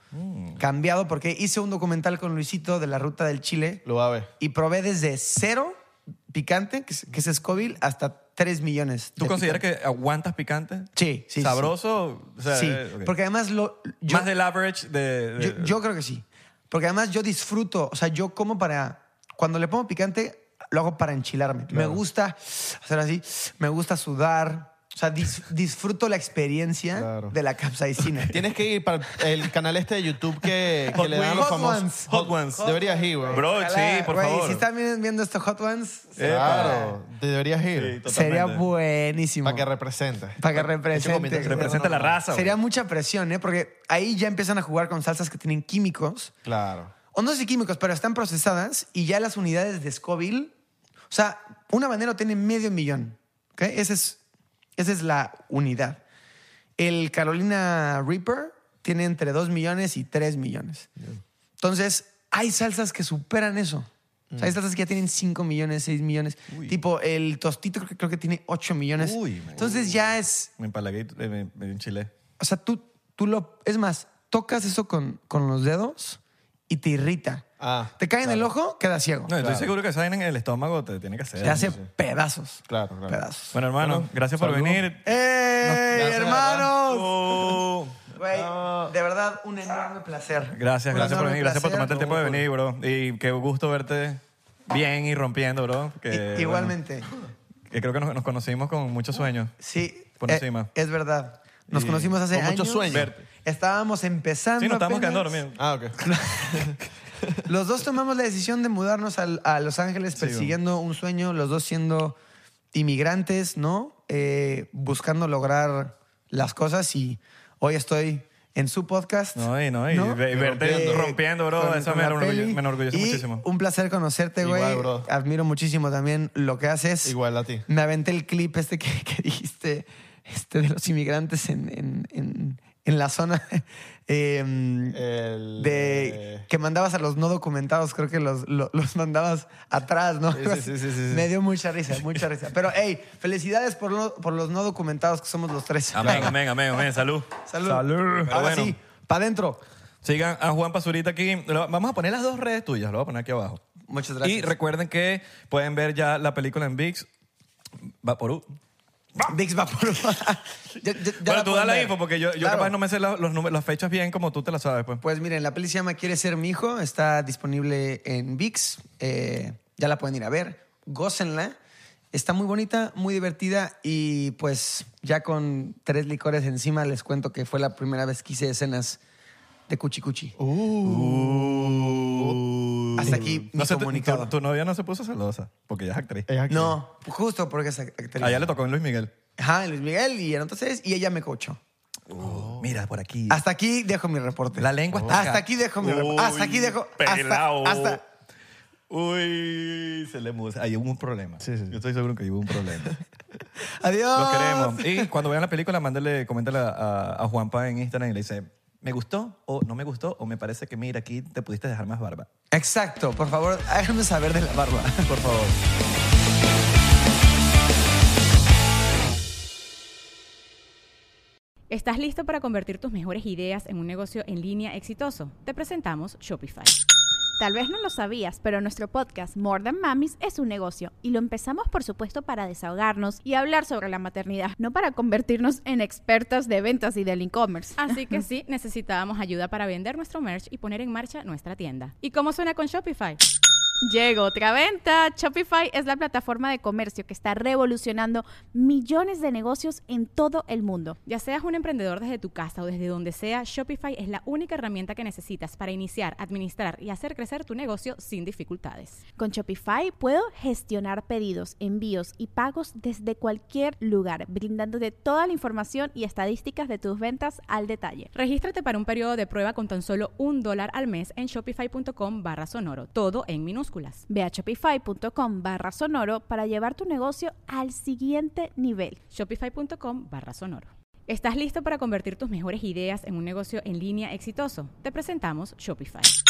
cambiado porque hice un documental con Luisito de la ruta del chile Lo va a ver. y probé desde 0 picante, que es Scoville, hasta 3 millones. ¿Tú de consideras picante. que aguantas picante? Sí, sí. ¿Sabroso? O sea, Sí, ok. porque además Más del average de... yo creo que sí. Porque además yo disfruto, o sea, yo como cuando le pongo picante, lo hago para enchilarme. Me gusta hacer así, me gusta sudar. O sea, disfruto la experiencia Claro. de la capsaicina. Tienes que ir para el canal este de YouTube que Hot le dan los Hot famosos. Ones. Hot Ones. Deberías ir, bro. Bro, sí, por Güey, favor. si están viendo estos Hot Ones, Claro, deberías Sí, ir. totalmente. sería buenísimo. Para que represente. Para que represente. Representa la raza. güey. Sería mucha presión, ¿eh? Porque ahí ya empiezan a jugar con salsas que tienen químicos. Claro. O no sé si químicos, pero están procesadas y ya las unidades de Scoville. O sea, un habanero tiene 500,000. ¿Ok? Esa es la unidad. El Carolina Reaper tiene entre 2 millones y 3 millones. Entonces, hay salsas que superan eso. O sea, hay salsas que ya tienen 5 millones, 6 millones. Tipo, el tostito creo que tiene 8 millones. Uy, Entonces ya es... Me empalagué y me di un chile. O sea, tú es más, tocas eso con los dedos y te irrita. Te cae en el ojo, queda ciego. No, estoy seguro que esa vaina en el estómago te tiene que hacer. Te hace pedazos. Claro. Pedazos. Bueno, hermano, gracias por salud. venir. ¡Ey, hermanos! Oh. Güey, de verdad, un enorme placer. Gracias Un por enorme venir. Gracias por placer. tomarte el tiempo de venir, bro. Y qué gusto verte bien y rompiendo, bro. Que, Igualmente. bueno, que creo que nos conocimos con muchos sueños. Sí, Por encima. es verdad. Nos Y conocimos hace con años. muchos sueños. Verte. Estábamos empezando Sí, nos estábamos apenas. quedando dormidos. Ah, ok. Los dos tomamos la decisión de mudarnos a Los Ángeles persiguiendo un sueño, los dos siendo inmigrantes, ¿no? Buscando lograr las cosas y hoy estoy en su podcast. No, y verte rompiendo, bro. con- Eso con me la peli. enorgullece Y muchísimo. un placer conocerte, Igual, güey. bro. Admiro muchísimo también lo que haces. Igual a ti. Me aventé el clip que dijiste de los inmigrantes en la zona que mandabas a los no documentados, creo que los mandabas atrás, ¿no? Sí. Me dio mucha risa, mucha risa. Pero, hey, felicidades por los no documentados, que somos los tres. Amén. Salud. Salud. Pero Ahora bueno. sí, para adentro. Sigan a Juan Pazurita aquí. Vamos a poner las dos redes tuyas. Lo voy a poner aquí abajo. Muchas gracias. Y recuerden que pueden ver ya la película en VIX. Vaporú. Vicks Vaporub. Bueno, tú da la info porque yo Claro. capaz no me sé los números, las fechas bien como tú te las sabes, pues. Pues miren, la peli se llama Quiere ser mi hijo. Está disponible en VIX. Ya la pueden ir a ver. Gócenla. Está muy bonita, muy divertida y pues ya con 3 licores encima les cuento que fue la primera vez que hice escenas de cuchi cuchi. Hasta aquí mi No sé, comunicado. tu novia no se puso celosa porque ella es actriz. No, justo porque es actriz. A ella le tocó en Luis Miguel. Ajá, Luis Miguel y entonces y ella me coachó. Mira, por aquí. Hasta aquí dejo mi reporte. La lengua está acá. Hasta aquí dejo mi reporte. Hasta aquí dejo. Pelao. Hasta. Uy, se le musa. Ahí hubo un problema. Sí. Yo estoy seguro que hubo un problema. Adiós. Los queremos. Y cuando vean la película, coméntale a Juanpa en Instagram y le dice, ¿me gustó o no me gustó? O me parece que, mira, aquí te pudiste dejar más barba. Exacto, por favor, háganme saber de la barba. Por favor. ¿Estás listo para convertir tus mejores ideas en un negocio en línea exitoso? Te presentamos Shopify. Tal vez no lo sabías, pero nuestro podcast More Than Mamis es un negocio y lo empezamos por supuesto para desahogarnos y hablar sobre la maternidad, no para convertirnos en expertas de ventas y del e-commerce. Así que sí, necesitábamos ayuda para vender nuestro merch y poner en marcha nuestra tienda. ¿Y cómo suena con Shopify? Llegó otra venta. Shopify es la plataforma de comercio que está revolucionando millones de negocios en todo el mundo. Ya seas un emprendedor desde tu casa o desde donde sea, Shopify es la única herramienta que necesitas para iniciar, administrar y hacer crecer tu negocio sin dificultades. Con Shopify puedo gestionar pedidos, envíos y pagos desde cualquier lugar, brindándote toda la información y estadísticas de tus ventas al detalle. Regístrate para un periodo de prueba con tan solo $1 al mes en shopify.com/sonoro, todo en minúsculas. Ve a shopify.com/sonoro para llevar tu negocio al siguiente nivel. Shopify.com/sonoro. ¿Estás listo para convertir tus mejores ideas en un negocio en línea exitoso? Te presentamos Shopify.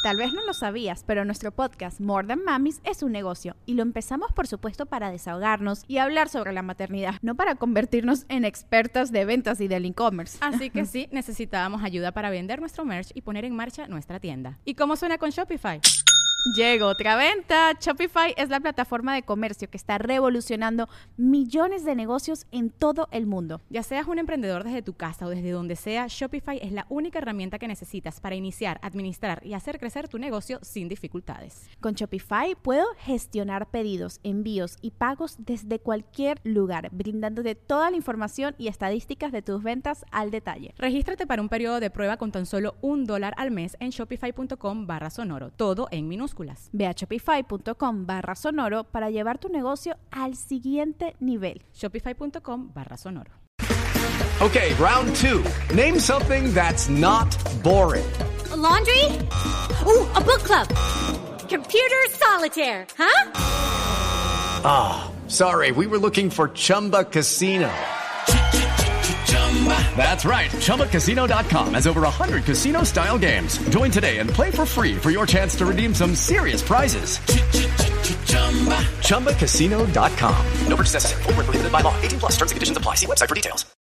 Tal vez no lo sabías, pero nuestro podcast More Than Mamis es un negocio y lo empezamos por supuesto para desahogarnos y hablar sobre la maternidad, no para convertirnos en expertas de ventas y del e-commerce. Así que sí, necesitábamos ayuda para vender nuestro merch y poner en marcha nuestra tienda. ¿Y cómo suena con Shopify? Llegó otra venta. Shopify es la plataforma de comercio que está revolucionando millones de negocios en todo el mundo. Ya seas un emprendedor desde tu casa o desde donde sea, Shopify es la única herramienta que necesitas para iniciar, administrar y hacer crecer tu negocio sin dificultades. Con Shopify puedo gestionar pedidos, envíos y pagos desde cualquier lugar, brindándote toda la información y estadísticas de tus ventas al detalle. Regístrate para un periodo de prueba con tan solo $1 al mes en shopify.com/sonoro, todo en minúsculas. Ve a shopify.com/sonoro para llevar tu negocio al siguiente nivel. Shopify.com/sonoro. Okay, round 2. Name something that's not boring. A laundry? Ooh, a book club. Computer solitaire, huh? Sorry, we were looking for Chumba Casino. That's right. ChumbaCasino.com has over 100 casino-style games. Join today and play for free for your chance to redeem some serious prizes. ChumbaCasino.com. No purchase necessary. Void where prohibited by law. 18+ terms and conditions apply. See website for details.